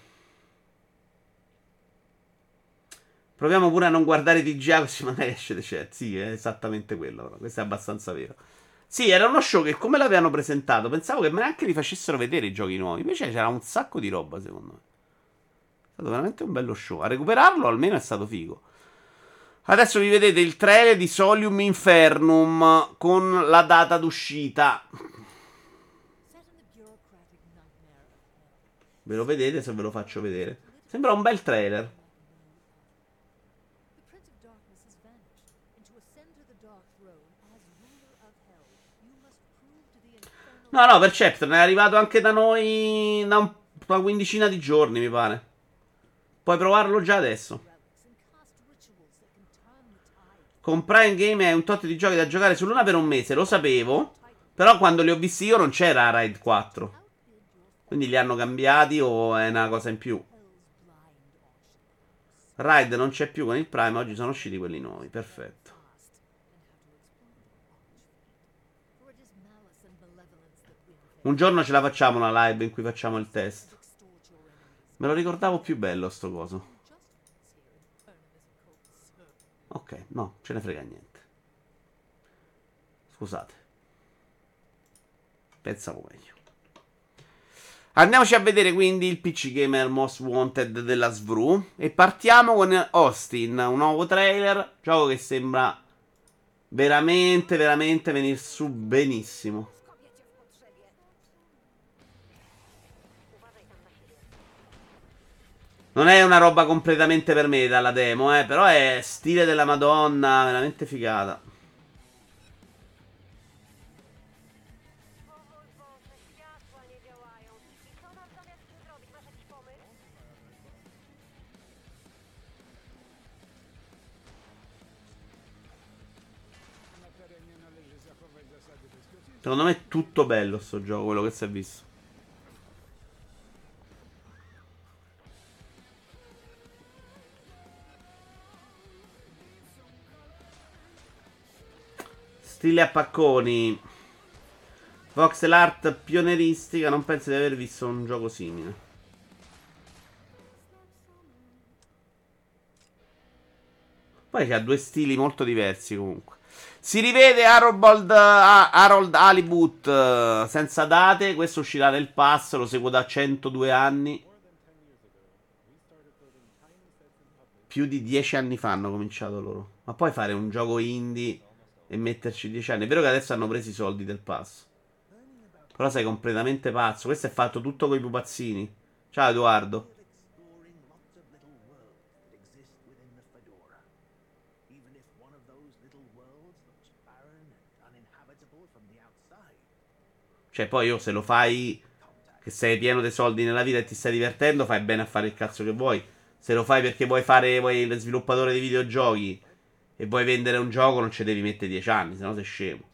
Proviamo pure a non guardare TGA così magari esce c'è. Sì, è esattamente quello. Però. Questo è abbastanza vero. Sì, era uno show che come l'avevano presentato, pensavo che neanche li facessero vedere i giochi nuovi. Invece c'era un sacco di roba, secondo me. È stato veramente un bello show. A recuperarlo almeno è stato figo. Adesso vi vedete il trailer di Solium Infernum con la data d'uscita. Ve lo vedete se ve lo faccio vedere? Sembra un bel trailer. No, no, Perceptor è arrivato anche da noi da una quindicina di giorni, mi pare. Puoi provarlo già adesso. Con Prime Game è un tot di giochi da giocare su Luna per un mese, lo sapevo. Però quando li ho visti io non c'era Raid 4. Quindi li hanno cambiati o è una cosa in più? Raid non c'è più con il Prime, oggi sono usciti quelli nuovi, perfetto. Un giorno ce la facciamo una live in cui facciamo il test. Me lo ricordavo più bello sto coso. Ok, no, ce ne frega niente. Scusate. Pensavo meglio. Andiamoci a vedere quindi il PC Gamer Most Wanted della SVRU. E partiamo con Austin, un nuovo trailer. Gioco che sembra veramente, veramente venire su benissimo. Non è una roba completamente per me dalla demo, però è stile della Madonna, veramente figata. Secondo me è tutto bello sto gioco, quello che si è visto. Stile a pacconi. Voxel art pionieristica, non penso di aver visto un gioco simile. Poi c'ha due stili molto diversi comunque. Si rivede Harold Halibut senza date. Questo uscirà nel pass, lo seguo da 102 anni. Più di 10 anni fa hanno cominciato loro. Ma poi fare un gioco indie e metterci 10 anni. È vero che adesso hanno preso i soldi del pass. Però sei completamente pazzo. Questo è fatto tutto con i pupazzini. Ciao Edoardo. Cioè, poi io se lo fai che sei pieno di soldi nella vita e ti stai divertendo, fai bene a fare il cazzo che vuoi. Se lo fai perché vuoi il sviluppatore di videogiochi e vuoi vendere un gioco, non ci devi mettere 10 anni, sennò sei scemo.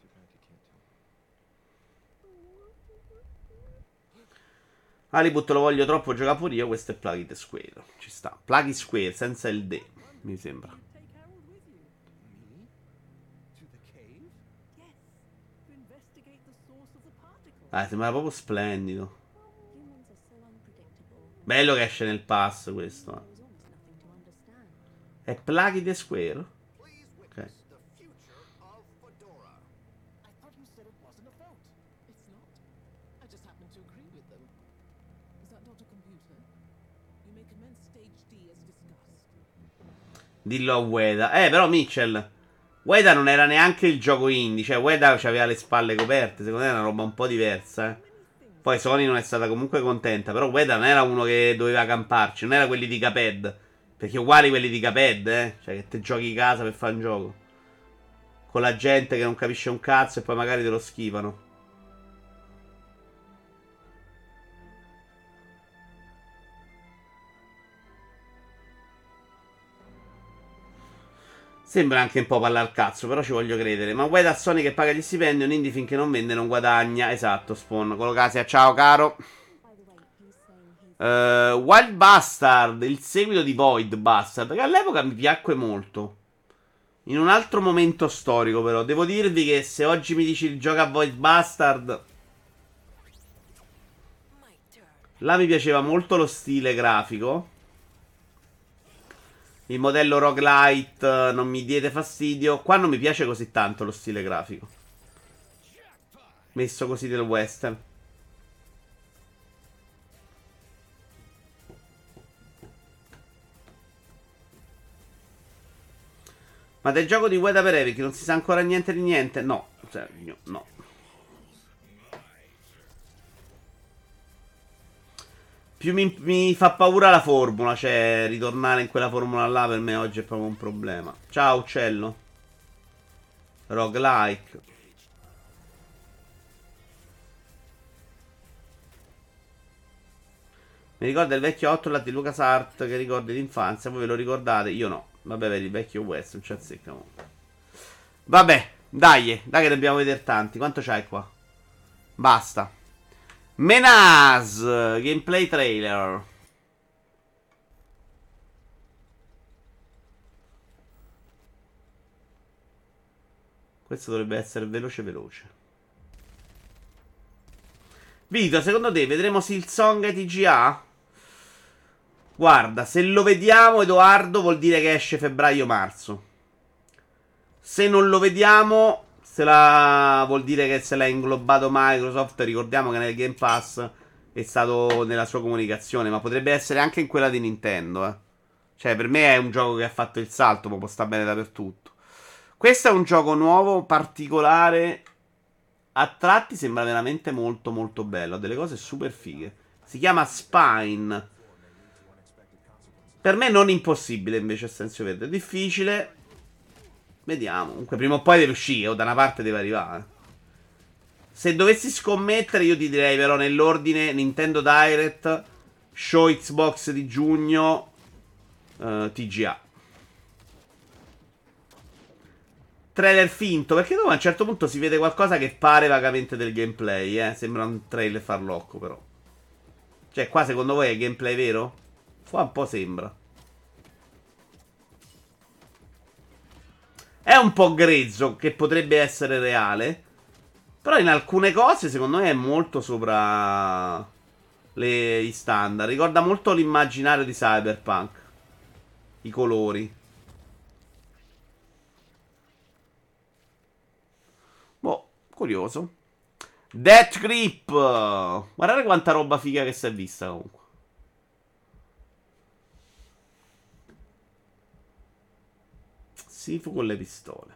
Halibut lo voglio troppo giocare pure io. Questo è Pluggy Square. Ci sta. Pluggy Square senza il D, mi sembra. Sembra proprio splendido. Bello che esce nel pass questo. È Pluggy the Square? Ok. Dillo a Ueda. Però Mitchell. Ueda non era neanche il gioco indie. Cioè Ueda aveva le spalle coperte. Secondo me è una roba un po' diversa. Poi Sony non è stata comunque contenta. Però Ueda non era uno che doveva camparci. Non era quelli di Caped. Perché uguali quelli di Caped, Cioè che te giochi in casa per fare un gioco. Con la gente che non capisce un cazzo e poi magari te lo schifano. Sembra anche un po' parlare al cazzo, però ci voglio credere. Ma guarda a Sony che paga gli stipendi, un indie finché non vende non guadagna. Esatto, Spawn. Colocasia, ciao caro. Wild Bastard, il seguito di Void Bastard, che all'epoca mi piacque molto. In un altro momento storico, però, devo dirvi che se oggi mi dici gioca a Void Bastard, là mi piaceva molto lo stile grafico. Il modello roguelite non mi diede fastidio. Qua non mi piace così tanto lo stile grafico. Messo così del western. Ma del gioco di Ueda per Epic non si sa ancora niente di niente? No, cioè, no. Più mi fa paura la formula, cioè ritornare in quella formula là per me oggi è proprio un problema. Ciao uccello. Roguelike. Mi ricorda il vecchio Outlast di LucasArts che ricordi l'infanzia, voi ve lo ricordate? Io no. Vabbè, vedi, il vecchio West, non c'è azzecca. Vabbè, dai che dobbiamo vedere tanti. Quanto c'hai qua? Basta. Menaz, gameplay trailer. Questo dovrebbe essere veloce veloce. Vito, secondo te vedremo Silksong e TGA? Guarda, se lo vediamo, Edoardo, vuol dire che esce febbraio-marzo. Se non lo vediamo, vuol dire che se l'ha inglobato Microsoft. Ricordiamo che nel Game Pass è stato nella sua comunicazione, ma potrebbe essere anche in quella di Nintendo, eh. Cioè, per me è un gioco che ha fatto il salto, ma può sta bene dappertutto. Questo è un gioco nuovo, particolare. A tratti sembra veramente molto molto bello. Ha delle cose super fighe. Si chiama Spine. Per me non impossibile invece, a senso verde. Difficile. Vediamo. Comunque prima o poi deve uscire, o da una parte deve arrivare. Se dovessi scommettere io ti direi però nell'ordine Nintendo Direct, Show Xbox di giugno, TGA. Trailer finto, perché dopo a un certo punto si vede qualcosa che pare vagamente del gameplay, Sembra un trailer farlocco però. Cioè qua secondo voi è gameplay vero? Qua un po' sembra. È un po' grezzo, che potrebbe essere reale. Però in alcune cose secondo me è molto sopra gli standard. Ricorda molto l'immaginario di Cyberpunk. I colori. Boh, curioso. Death Grip. Guardate quanta roba figa che si è vista comunque. Sifu con le pistole.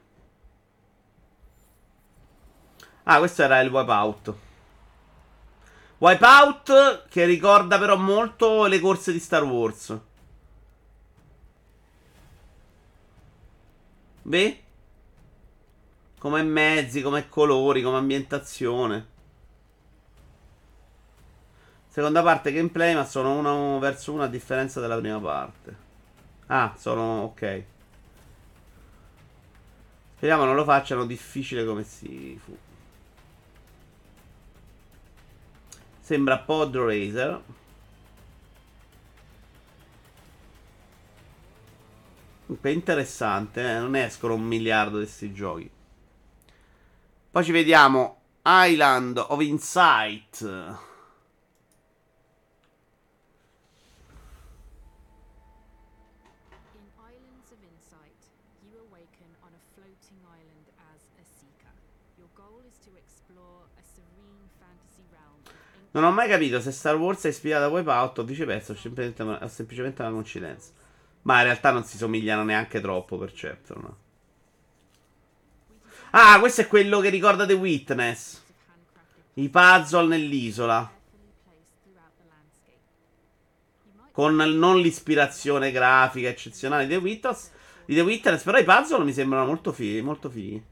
Ah, questo era il Wipeout. Wipeout che ricorda però molto le corse di Star Wars. Beh? Come mezzi, come colori, come ambientazione. Seconda parte gameplay, ma sono uno verso uno a differenza della prima parte. Ah, sono ok. Speriamo non lo facciano difficile come si fu. Sembra Pod Racer. Comunque è interessante, non escono un miliardo di questi giochi. Poi ci vediamo Island of Insight. Non ho mai capito se Star Wars è ispirata a Wipeout o viceversa, o semplicemente una coincidenza. Ma in realtà non si somigliano neanche troppo, per certo. No? Ah, questo è quello che ricorda The Witness. I puzzle nell'isola. Con non l'ispirazione grafica eccezionale di The Witness, però i puzzle mi sembrano molto fighi, molto fighi.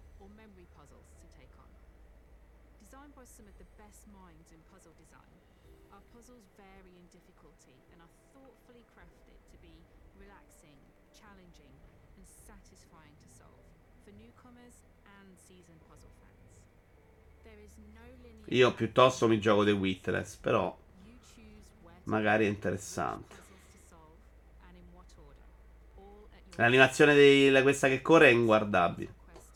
Io piuttosto mi gioco The Witness, però magari è interessante. L'animazione di questa che corre è inguardabile.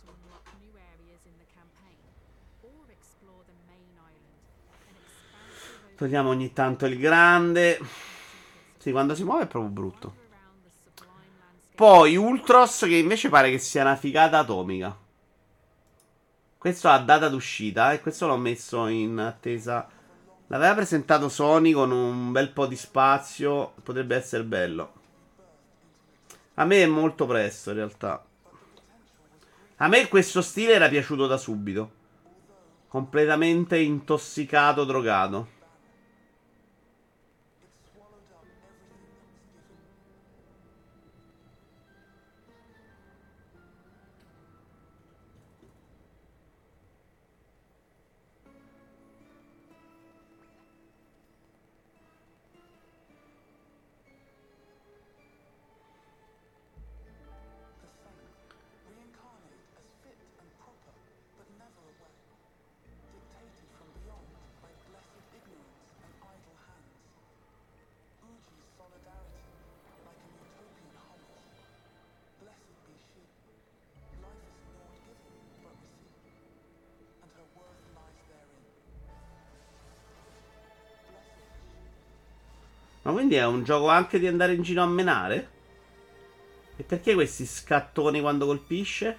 Togliamo ogni tanto il grande. Sì, quando si muove è proprio brutto. Poi Ultros, che invece pare che sia una figata atomica. Questo ha data d'uscita e questo l'ho messo in attesa. L'aveva presentato Sony con un bel po' di spazio. Potrebbe essere bello. A me è molto presto in realtà. A me questo stile era piaciuto da subito. Completamente intossicato, drogato. Ma quindi è un gioco anche di andare in giro a menare? E perché questi scattoni quando colpisce?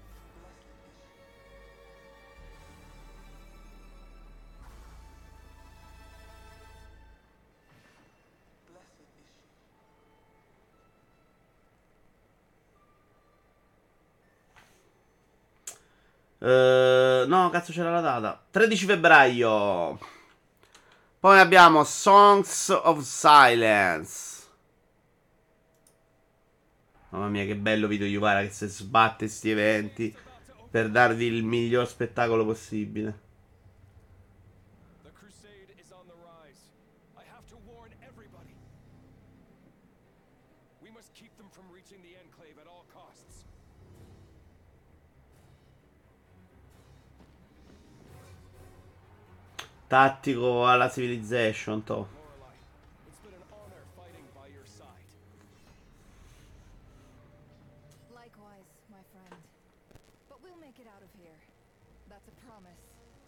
No, cazzo c'era la data. 13 febbraio. Poi abbiamo Songs of Silence. Mamma mia, che bello Vito Iuvara che si sbatte sti eventi per darvi il miglior spettacolo possibile. Tattico alla Civilization, to. Likewise, my friend. But we'll make it out of here. That's a promise.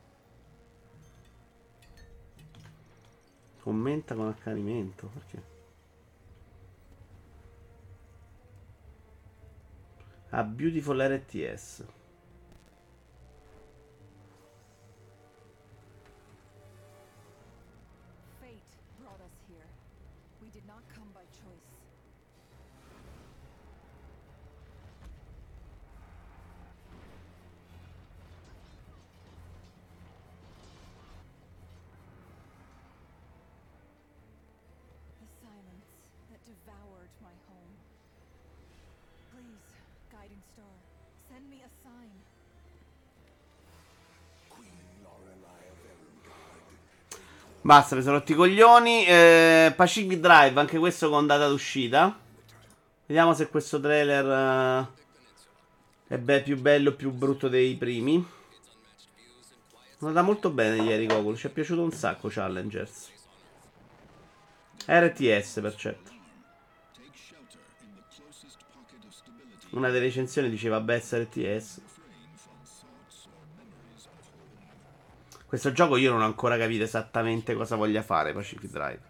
Commenta con accanimento, perché? A Beautiful RTS. Fate brought us here. We did not come by choice. The silence that devoured my home. Please, guiding star, send me a sign. Basta, mi sono rotti i coglioni. Pacific Drive, anche questo con data d'uscita. Vediamo se questo trailer è più bello o più brutto dei primi. È andata molto bene ieri Gogol, ci è piaciuto un sacco Challengers. RTS per certo. Una delle recensioni diceva best RTS. Questo gioco io non ho ancora capito esattamente cosa voglia fare Pacific Drive.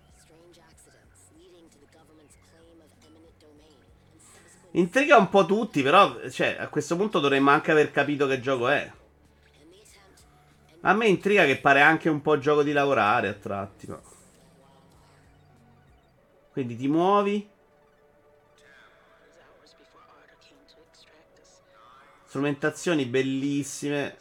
Intriga un po' tutti, però cioè, a questo punto dovremmo anche aver capito che gioco è. A me intriga che pare anche un po' gioco di lavorare a tratti. Ma... Quindi ti muovi. Strumentazioni bellissime.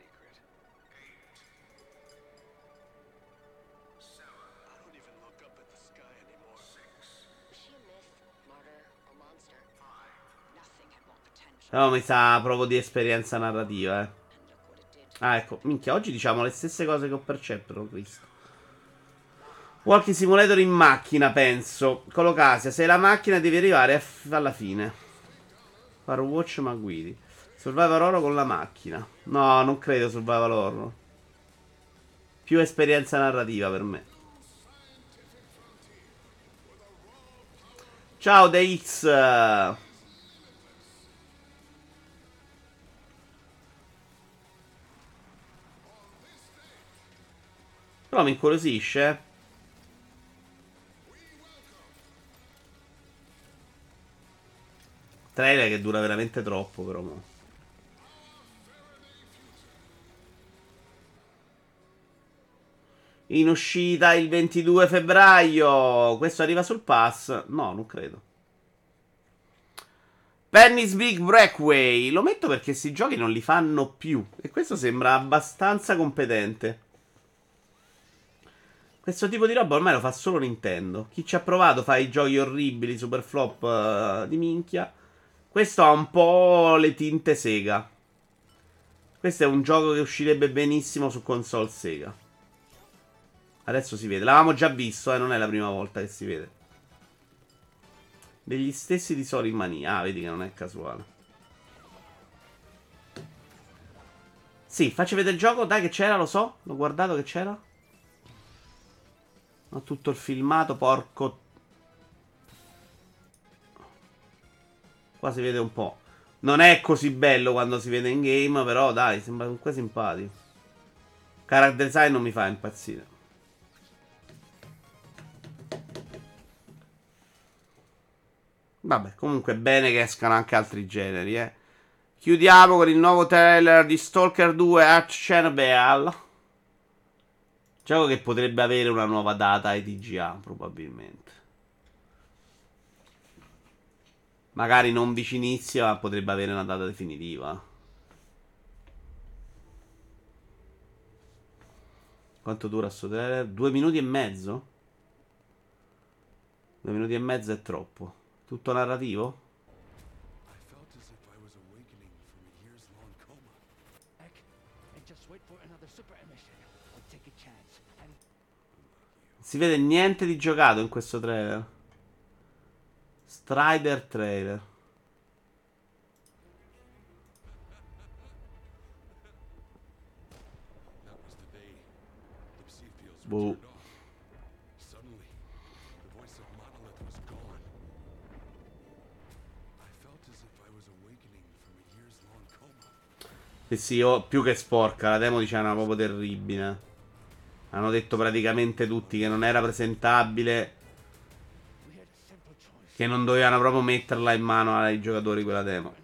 Però mi sa proprio di esperienza narrativa, eh. Ah, ecco, minchia, oggi diciamo le stesse cose che ho per Perceptron, Cristo. Walking Simulator in macchina, penso. Colocasia, se la macchina deve arrivare alla fine. Firewatch ma guidi. Survival horror con la macchina. No, non credo survival horror. Più esperienza narrativa per me. Ciao DX. Però mi incuriosisce. Trailer che dura veramente troppo, però. Mo. In uscita il 22 febbraio. Questo arriva sul pass? No, non credo. Penny's Big Breakaway. Lo metto perché questi giochi non li fanno più. E questo sembra abbastanza competente. Questo tipo di roba ormai lo fa solo Nintendo. Chi ci ha provato fa i giochi orribili, super flop di minchia. Questo ha un po' le tinte Sega. Questo è un gioco che uscirebbe benissimo su console Sega. Adesso si vede. L'avevamo già visto, non è la prima volta che si vede. Degli stessi di Sonic Mania. Ah, vedi che non è casuale. Sì, facci vedere il gioco. Dai che c'era, lo so. L'ho guardato che c'era. Ho tutto il filmato, porco. Qua si vede un po'. Non è così bello quando si vede in game, però dai, sembra comunque simpatico. Character design non mi fa impazzire. Vabbè, comunque è bene che escano anche altri generi, eh. Chiudiamo con il nuovo trailer di Stalker 2 Arch Chernobyl. Gioco che potrebbe avere una nuova data ai TGA, probabilmente. Magari non vicinissima, ma potrebbe avere una data definitiva. Quanto dura sto trailer? 2 minuti e mezzo? 2 minuti e mezzo è troppo. Tutto narrativo? Si vede niente di giocato in questo trailer. Strider trailer. Boh. Sì, più che sporca, la demo diceva una proprio terribile. Hanno detto praticamente tutti che non era presentabile, che non dovevano proprio metterla in mano ai giocatori quella demo.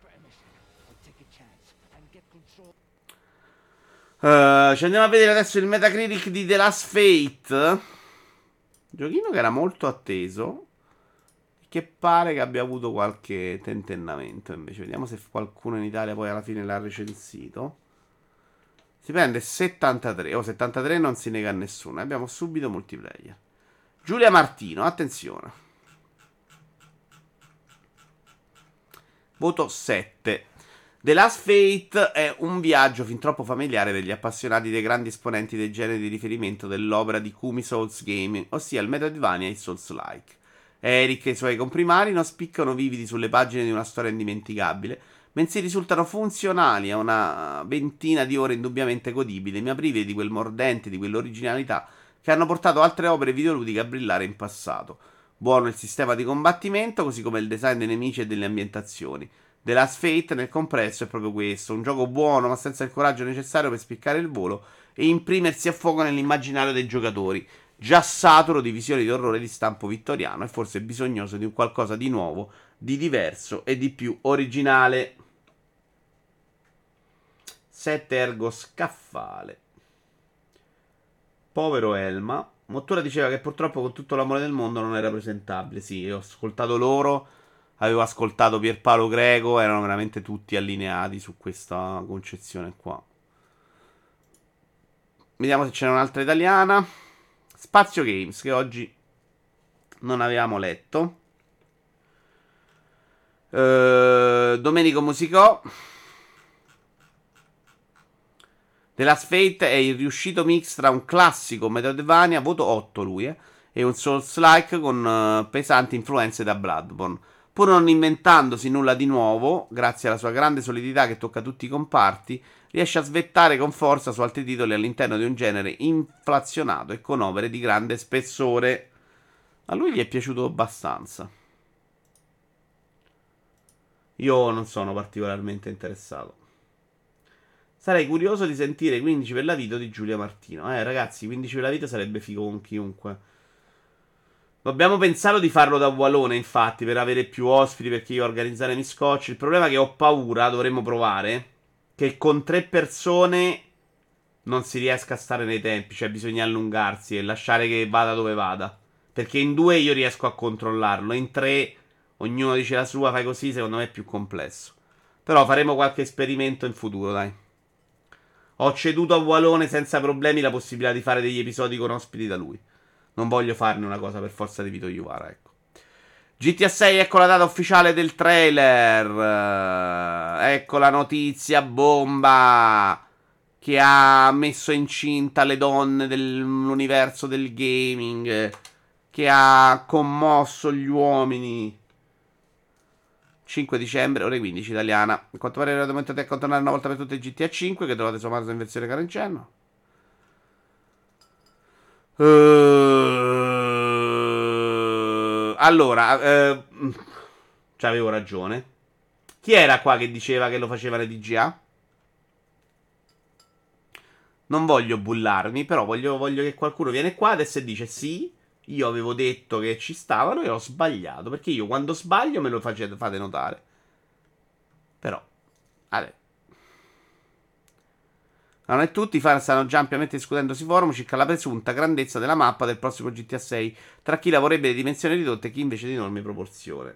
Ci andiamo a vedere adesso il Metacritic di The Last Fate. Giochino che era molto atteso, che pare che abbia avuto qualche tentennamento. Invece vediamo se qualcuno in Italia poi alla fine l'ha recensito. Si prende 73. 73 non si nega a nessuno. Abbiamo subito multiplayer. Giulia Martino, attenzione. Voto 7. The Last Fate è un viaggio fin troppo familiare per gli appassionati dei grandi esponenti dei generi di riferimento dell'opera di Kumi Souls Gaming, ossia il Metroidvania e il Souls-like. Eric e i suoi comprimari non spiccano vividi sulle pagine di una storia indimenticabile, bensì risultano funzionali a una ventina di ore indubbiamente godibili, ma prive di quel mordente, di quell'originalità che hanno portato altre opere videoludiche a brillare in passato. Buono il sistema di combattimento, così come il design dei nemici e delle ambientazioni. The Last Fate nel complesso è proprio questo, un gioco buono ma senza il coraggio necessario per spiccare il volo e imprimersi a fuoco nell'immaginario dei giocatori, già saturo di visioni di orrore di stampo vittoriano e forse bisognoso di un qualcosa di nuovo, di diverso e di più originale. 7 ergo scaffale. Povero Elma. Mottura diceva che purtroppo con tutto l'amore del mondo non era presentabile. Sì, ho ascoltato loro, avevo ascoltato Pierpaolo Greco, erano veramente tutti allineati su questa concezione qua. Vediamo se c'è un'altra italiana. Spazio Games, che oggi non avevamo letto. Domenico Musicò. The Last Fate è il riuscito mix tra un classico Metroidvania, voto 8 lui, e un Souls-like con pesanti influenze da Bloodborne. Pur non inventandosi nulla di nuovo, grazie alla sua grande solidità che tocca tutti i comparti, riesce a svettare con forza su altri titoli all'interno di un genere inflazionato e con opere di grande spessore. A lui gli è piaciuto abbastanza. Io non sono particolarmente interessato. Sarei curioso di sentire 15 per la vita di Giulia Martino. Ragazzi, 15 per la vita sarebbe figo con chiunque. Dobbiamo pensare di farlo da Walone, infatti, per avere più ospiti, perché io organizzare mi scoccio. Il problema è che ho paura, dovremmo provare, che con 3 persone non si riesca a stare nei tempi. Cioè bisogna allungarsi e lasciare che vada dove vada. Perché in 2 io riesco a controllarlo, in 3 ognuno dice la sua, fai così, secondo me è più complesso. Però faremo qualche esperimento in futuro, dai. Ho ceduto a Walone senza problemi la possibilità di fare degli episodi con ospiti da lui. Non voglio farne una cosa per forza di Vito Iuvara, ecco. GTA 6, ecco la data ufficiale del trailer. Ecco la notizia bomba che ha messo incinta le donne dell'universo del gaming, che ha commosso gli uomini. 5 dicembre, ore 15, italiana. A quanto pare era momento di accantonare una volta per tutte il GTA 5, che trovate su Amazon in versione carencenno. Allora, c'avevo ragione. Chi era qua che diceva che lo faceva le DGA? Non voglio bullarmi, però voglio che qualcuno viene qua adesso e dice sì, io avevo detto che ci stavano e ho sbagliato. Perché io quando sbaglio me lo fate notare. Però, vabbè. Ma non è tutti, i fan stanno già ampiamente discutendo sui forum circa la presunta grandezza della mappa del prossimo GTA 6 tra chi la vorrebbe di dimensioni ridotte e chi invece di enormi proporzioni.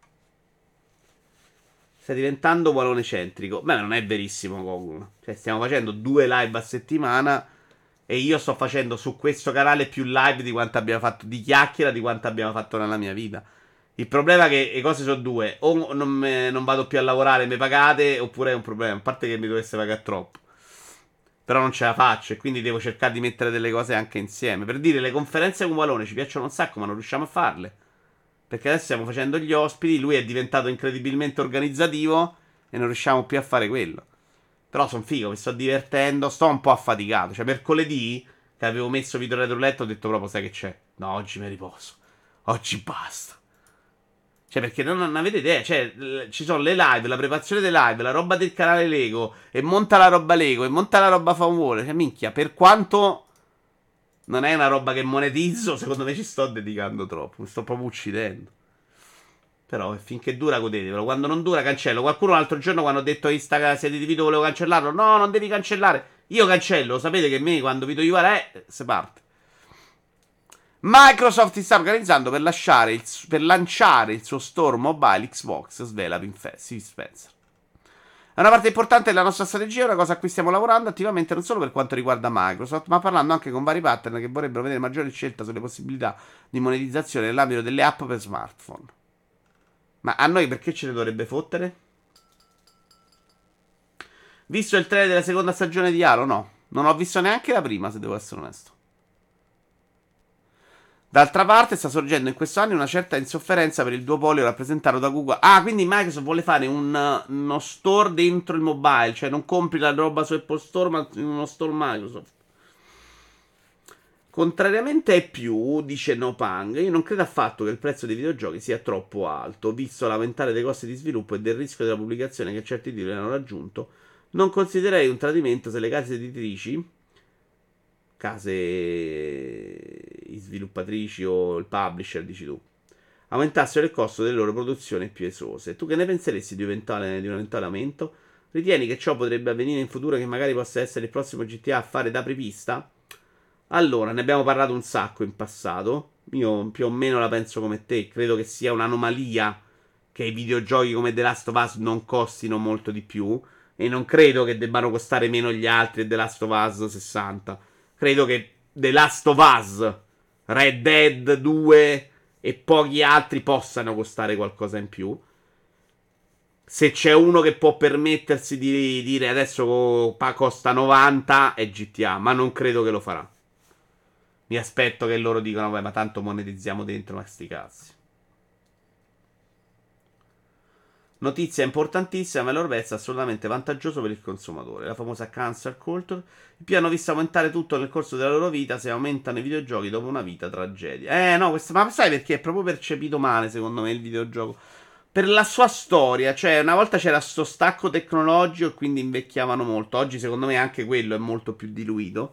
Sta diventando Walone centrico. Beh, non è verissimo, Gogol. Cioè, stiamo facendo 2 live a settimana e io sto facendo su questo canale più live di quanto abbiamo fatto di chiacchiera di quanto abbiamo fatto nella mia vita. Il problema è che le cose sono due: o non vado più a lavorare e mi pagate, oppure è un problema. A parte che mi dovesse pagare troppo. Però non ce la faccio e quindi devo cercare di mettere delle cose anche insieme. Per dire, le conferenze con Walone ci piacciono un sacco, ma non riusciamo a farle. Perché adesso stiamo facendo gli ospiti, lui è diventato incredibilmente organizzativo e non riusciamo più a fare quello. Però sono figo, mi sto divertendo, sto un po' affaticato. Cioè, mercoledì, che avevo messo video retro letto, ho detto proprio, sai che c'è? No, oggi mi riposo. Oggi basta. Cioè, perché non avete idea. Cioè, ci sono le live, la preparazione delle live, la roba del canale Lego, e monta la roba Lego, e monta la roba Fanwall. Cioè, minchia, per quanto non è una roba che monetizzo, secondo me ci sto dedicando troppo. Mi sto proprio uccidendo. Però finché dura godetevelo. Quando non dura cancello. Qualcuno l'altro giorno quando ho detto a Instagram siete di Vito volevo cancellarlo. No, non devi cancellare. Io cancello. Sapete che me quando Vito Iuvara se parte. Microsoft si sta organizzando per lanciare il suo store mobile Xbox, svela Phil Spencer. È una parte importante della nostra strategia, è una cosa a cui stiamo lavorando attivamente non solo per quanto riguarda Microsoft, ma parlando anche con vari partner che vorrebbero vedere maggiore scelta sulle possibilità di monetizzazione nell'ambito delle app per smartphone. Ma a noi perché ce ne dovrebbe fottere? Visto il trailer della seconda stagione di Halo? No. Non ho visto neanche la prima, se devo essere onesto. D'altra parte sta sorgendo in questo anno una certa insofferenza per il duopolio rappresentato da Google. Ah, quindi Microsoft vuole fare uno store dentro il mobile. Cioè non compri la roba su Apple Store, ma in uno store Microsoft. Contrariamente ai più, dice Nopang, io non credo affatto che il prezzo dei videogiochi sia troppo alto, visto l'aumentare dei costi di sviluppo e del rischio della pubblicazione che certi titoli hanno raggiunto. Non considererei un tradimento se le case editrici, sviluppatrici o il publisher, dici tu, aumentassero il costo delle loro produzioni più esose. Tu che ne penseresti di un eventuale aumento? Ritieni che ciò potrebbe avvenire in futuro, che magari possa essere il prossimo GTA a fare da apripista? Allora, ne abbiamo parlato un sacco in passato. Io più o meno la penso come te. Credo che sia un'anomalia che i videogiochi come The Last of Us non costino molto di più. E non credo che debbano costare meno gli altri e The Last of Us 60. Credo che The Last of Us, Red Dead 2 e pochi altri possano costare qualcosa in più. Se c'è uno che può permettersi di dire adesso costa 90 è GTA, ma non credo che lo farà. Mi aspetto che loro dicano, vabbè, ma tanto monetizziamo dentro, ma sti cazzi. Notizia importantissima, ma a loro prezzo assolutamente vantaggioso per il consumatore. La famosa cancel culture. I più hanno visto aumentare tutto nel corso della loro vita se aumentano i videogiochi dopo una vita tragedia. No, ma sai perché è proprio percepito male, secondo me, il videogioco. Per la sua storia, cioè una volta c'era sto stacco tecnologico e quindi invecchiavano molto. Oggi secondo me anche quello è molto più diluito.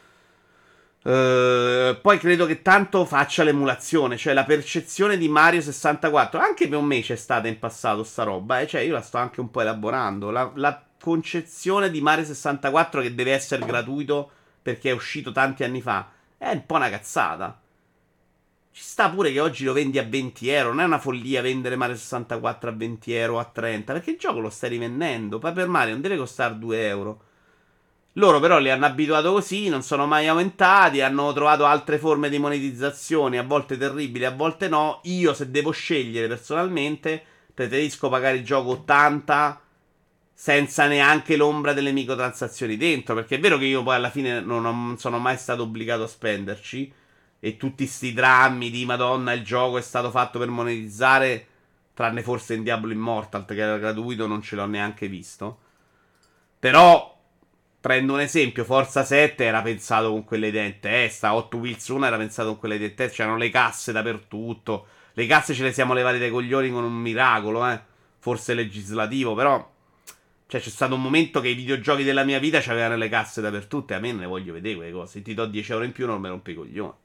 Poi credo che tanto faccia l'emulazione, cioè la percezione di Mario 64. Anche per me c'è stata in passato sta roba, cioè io la sto anche un po' elaborando. La concezione di Mario 64 che deve essere gratuito perché è uscito tanti anni fa è un po' una cazzata. Ci sta pure che oggi lo vendi a 20 euro. Non è una follia vendere Mario 64 a 20 euro o a 30. Perché il gioco lo stai rivendendo. Paper Mario non deve costare 2 euro. Loro però li hanno abituato così, non sono mai aumentati, hanno trovato altre forme di monetizzazione, a volte terribili, a volte no. Io se devo scegliere personalmente, preferisco pagare il gioco 80 senza neanche l'ombra delle microtransazioni dentro, perché è vero che io poi alla fine non sono mai stato obbligato a spenderci e tutti sti drammi di Madonna, il gioco è stato fatto per monetizzare, tranne forse in Diablo Immortal che era gratuito, non ce l'ho neanche visto. Però prendo un esempio, Forza 7 era pensato con quelle idee in testa, Hot Wheels 1 era pensato con quelle idee in testa, c'erano le casse dappertutto. Le casse ce le siamo levate dai coglioni con un miracolo, forse legislativo, però cioè c'è stato un momento che i videogiochi della mia vita c'avevano le casse dappertutto e a me non le voglio vedere quelle cose. Se ti do 10 euro in più non mi rompi i coglioni.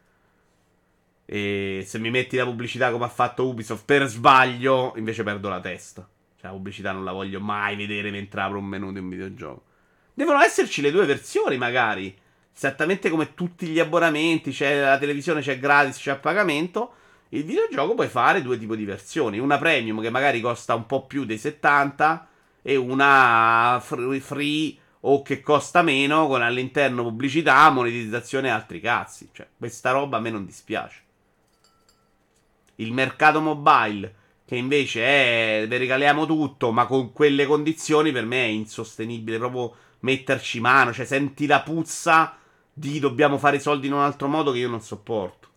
E se mi metti la pubblicità come ha fatto Ubisoft per sbaglio, invece perdo la testa. Cioè la pubblicità non la voglio mai vedere mentre apro un menu di un videogioco. Devono esserci le due versioni, magari. Esattamente come tutti gli abbonamenti. C'è la televisione, c'è gratis, c'è a pagamento. Il videogioco puoi fare due tipi di versioni. Una premium che magari costa un po' più dei 70 e una free o che costa meno con all'interno pubblicità, monetizzazione e altri cazzi. Cioè, questa roba a me non dispiace. Il mercato mobile, che invece è vi regaliamo tutto, ma con quelle condizioni, per me è insostenibile proprio metterci mano. Cioè, senti la puzza di dobbiamo fare i soldi in un altro modo che io non sopporto.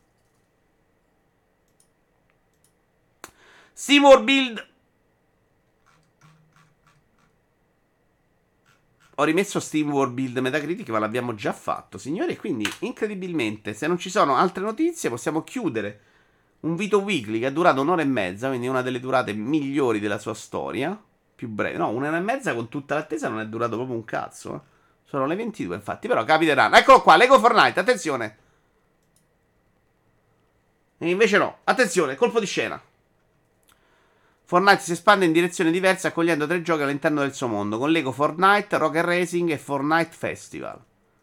Seymour Build. Ho rimesso Steam World Build Metacritic, ma l'abbiamo già fatto, signori. Quindi, incredibilmente, se non ci sono altre notizie, possiamo chiudere un Vito Weekly che è durato un'ora e mezza, quindi una delle durate migliori della sua storia. Più breve, no, un'ora e mezza con tutta l'attesa non è durato proprio un cazzo. Sono le 22, infatti, però capiteranno. Eccolo qua, Lego Fortnite, attenzione. E invece no, attenzione, colpo di scena. Fortnite si espande in direzioni diverse accogliendo 3 giochi all'interno del suo mondo, con Lego Fortnite, Rocket Racing e Fortnite Festival.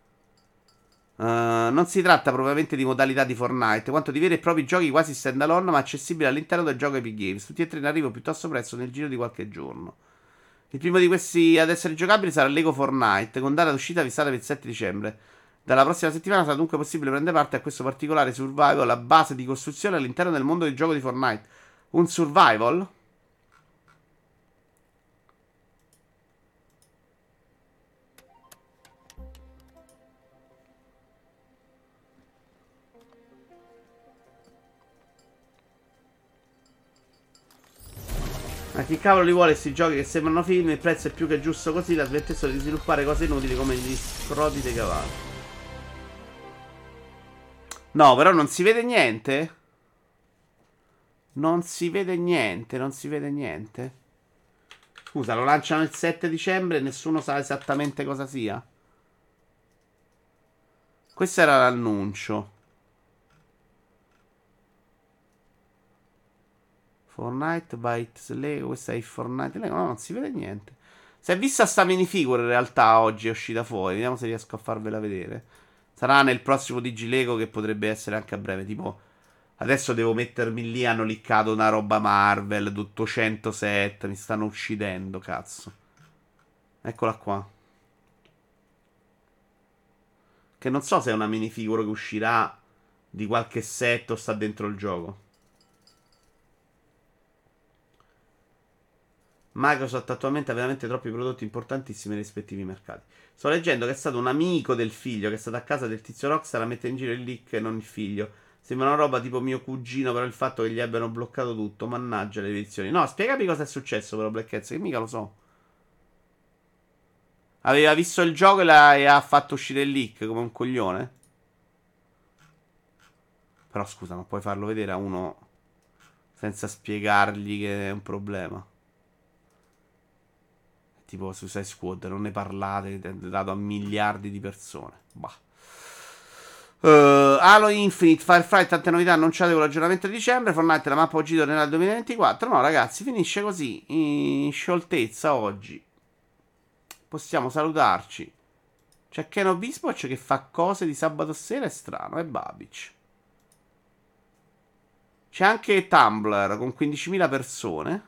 Non si tratta propriamente di modalità di Fortnite, quanto di veri e propri giochi quasi standalone, ma accessibili all'interno del gioco Epic Games, tutti e tre in arrivo piuttosto presto nel giro di qualche giorno. Il primo di questi ad essere giocabili sarà Lego Fortnite, con data d'uscita fissata per il 7 dicembre. Dalla prossima settimana sarà dunque possibile prendere parte a questo particolare survival a base di costruzione all'interno del mondo del gioco di Fortnite. Un survival? Ma chi cavolo li vuole questi giochi che sembrano film? Il prezzo è più che giusto così. La smettessero di sviluppare cose inutili come gli scroti dei cavalli. No, però non si vede niente. Non si vede niente. Non si vede niente. Scusa, lo lanciano il 7 dicembre e nessuno sa esattamente cosa sia. Questo era l'annuncio. Fortnite Bytes Lego. Questa è il Fortnite Lego. No, non si vede niente. Si è vista sta minifigure in realtà oggi è uscita fuori. Vediamo se riesco a farvela vedere. Sarà nel prossimo Digilego che potrebbe essere anche a breve. Tipo, adesso devo mettermi lì. Hanno liccato una roba Marvel. 800 set. Mi stanno uccidendo, cazzo. Eccola qua. Che non so se è una minifigure che uscirà di qualche set o sta dentro il gioco. Microsoft attualmente ha veramente troppi prodotti importantissimi nei rispettivi mercati. Sto leggendo che è stato un amico del figlio che è stato a casa del tizio Rockstar a mettere in giro il leak e non il figlio. Sembra una roba tipo mio cugino, però il fatto che gli abbiano bloccato tutto, mannaggia le edizioni. No, spiegami cosa è successo però Black Cats, che mica lo so. Aveva visto il gioco e ha fatto uscire il leak come un coglione. Però scusa, non puoi farlo vedere a uno senza spiegargli che è un problema. Tipo Suicide Squad, non ne parlate, è dato a miliardi di persone. Bah. Halo Infinite, Firefly, tante novità annunciate con l'aggiornamento di dicembre. Fortnite, la mappa oggi tornerà nel 2024. No, ragazzi, finisce così. In scioltezza oggi. Possiamo salutarci. C'è Ken Obispoch che fa cose di sabato sera, è strano. E Babic. C'è anche Tumblr con 15.000 persone.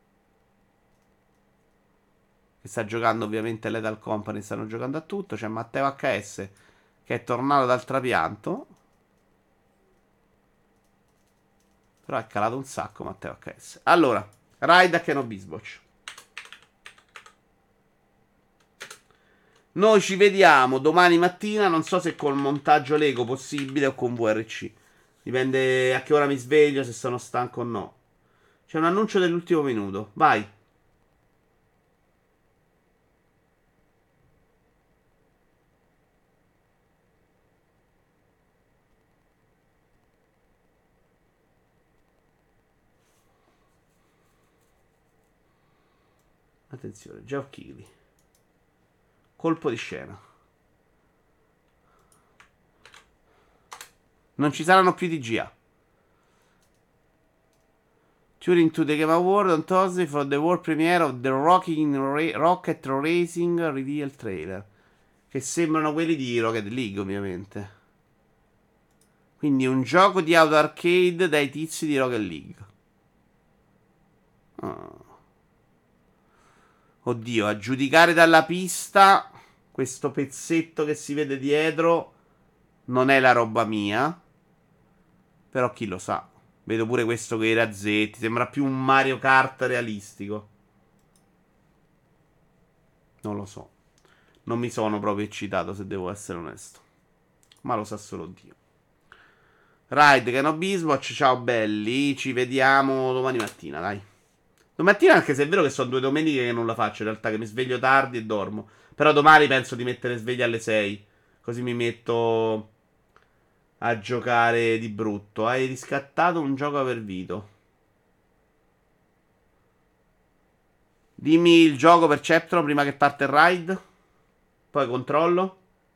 Che sta giocando ovviamente Lethal Company. Stanno giocando a tutto. C'è Matteo HS che è tornato dal trapianto. Però è calato un sacco Matteo HS. Allora, Raid a Ken Obispoch. Noi ci vediamo domani mattina. Non so se con montaggio Lego possibile o con VRC. Dipende a che ora mi sveglio, se sono stanco o no. C'è un annuncio dell'ultimo minuto. Vai. Attenzione, Geoff Keighley. Colpo di scena. Non ci saranno più DGA. Turing to the Game Award on Thursday for the world premiere of the Rocket Racing Reveal Trailer. Che sembrano quelli di Rocket League, ovviamente. Quindi un gioco di auto arcade dai tizi di Rocket League. Oh. Oddio, a giudicare dalla pista, questo pezzetto che si vede dietro non è la roba mia. Però chi lo sa. Vedo pure questo con i razzetti. Sembra più un Mario Kart realistico. Non lo so. Non mi sono proprio eccitato, se devo essere onesto. Ma lo sa solo Dio. Ride, Canobismo. Ciao belli. Ci vediamo domani mattina, dai. Domattina, anche se è vero che sono 2 domeniche che non la faccio, in realtà, che mi sveglio tardi e dormo. Però domani penso di mettere sveglia alle 6. Così mi metto a giocare di brutto. Hai riscattato un gioco per Vito. Dimmi il gioco per Ceptron prima che parte il raid. Poi controllo.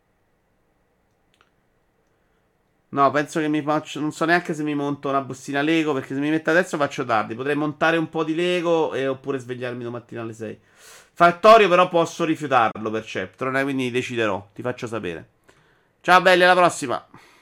No, penso che mi faccio. Non so neanche se mi monto una bustina Lego. Perché se mi metto adesso faccio tardi. Potrei montare un po' di Lego oppure svegliarmi domattina alle 6. Fattorio però posso rifiutarlo per Ceptron, quindi deciderò. Ti faccio sapere. Ciao belli, alla prossima.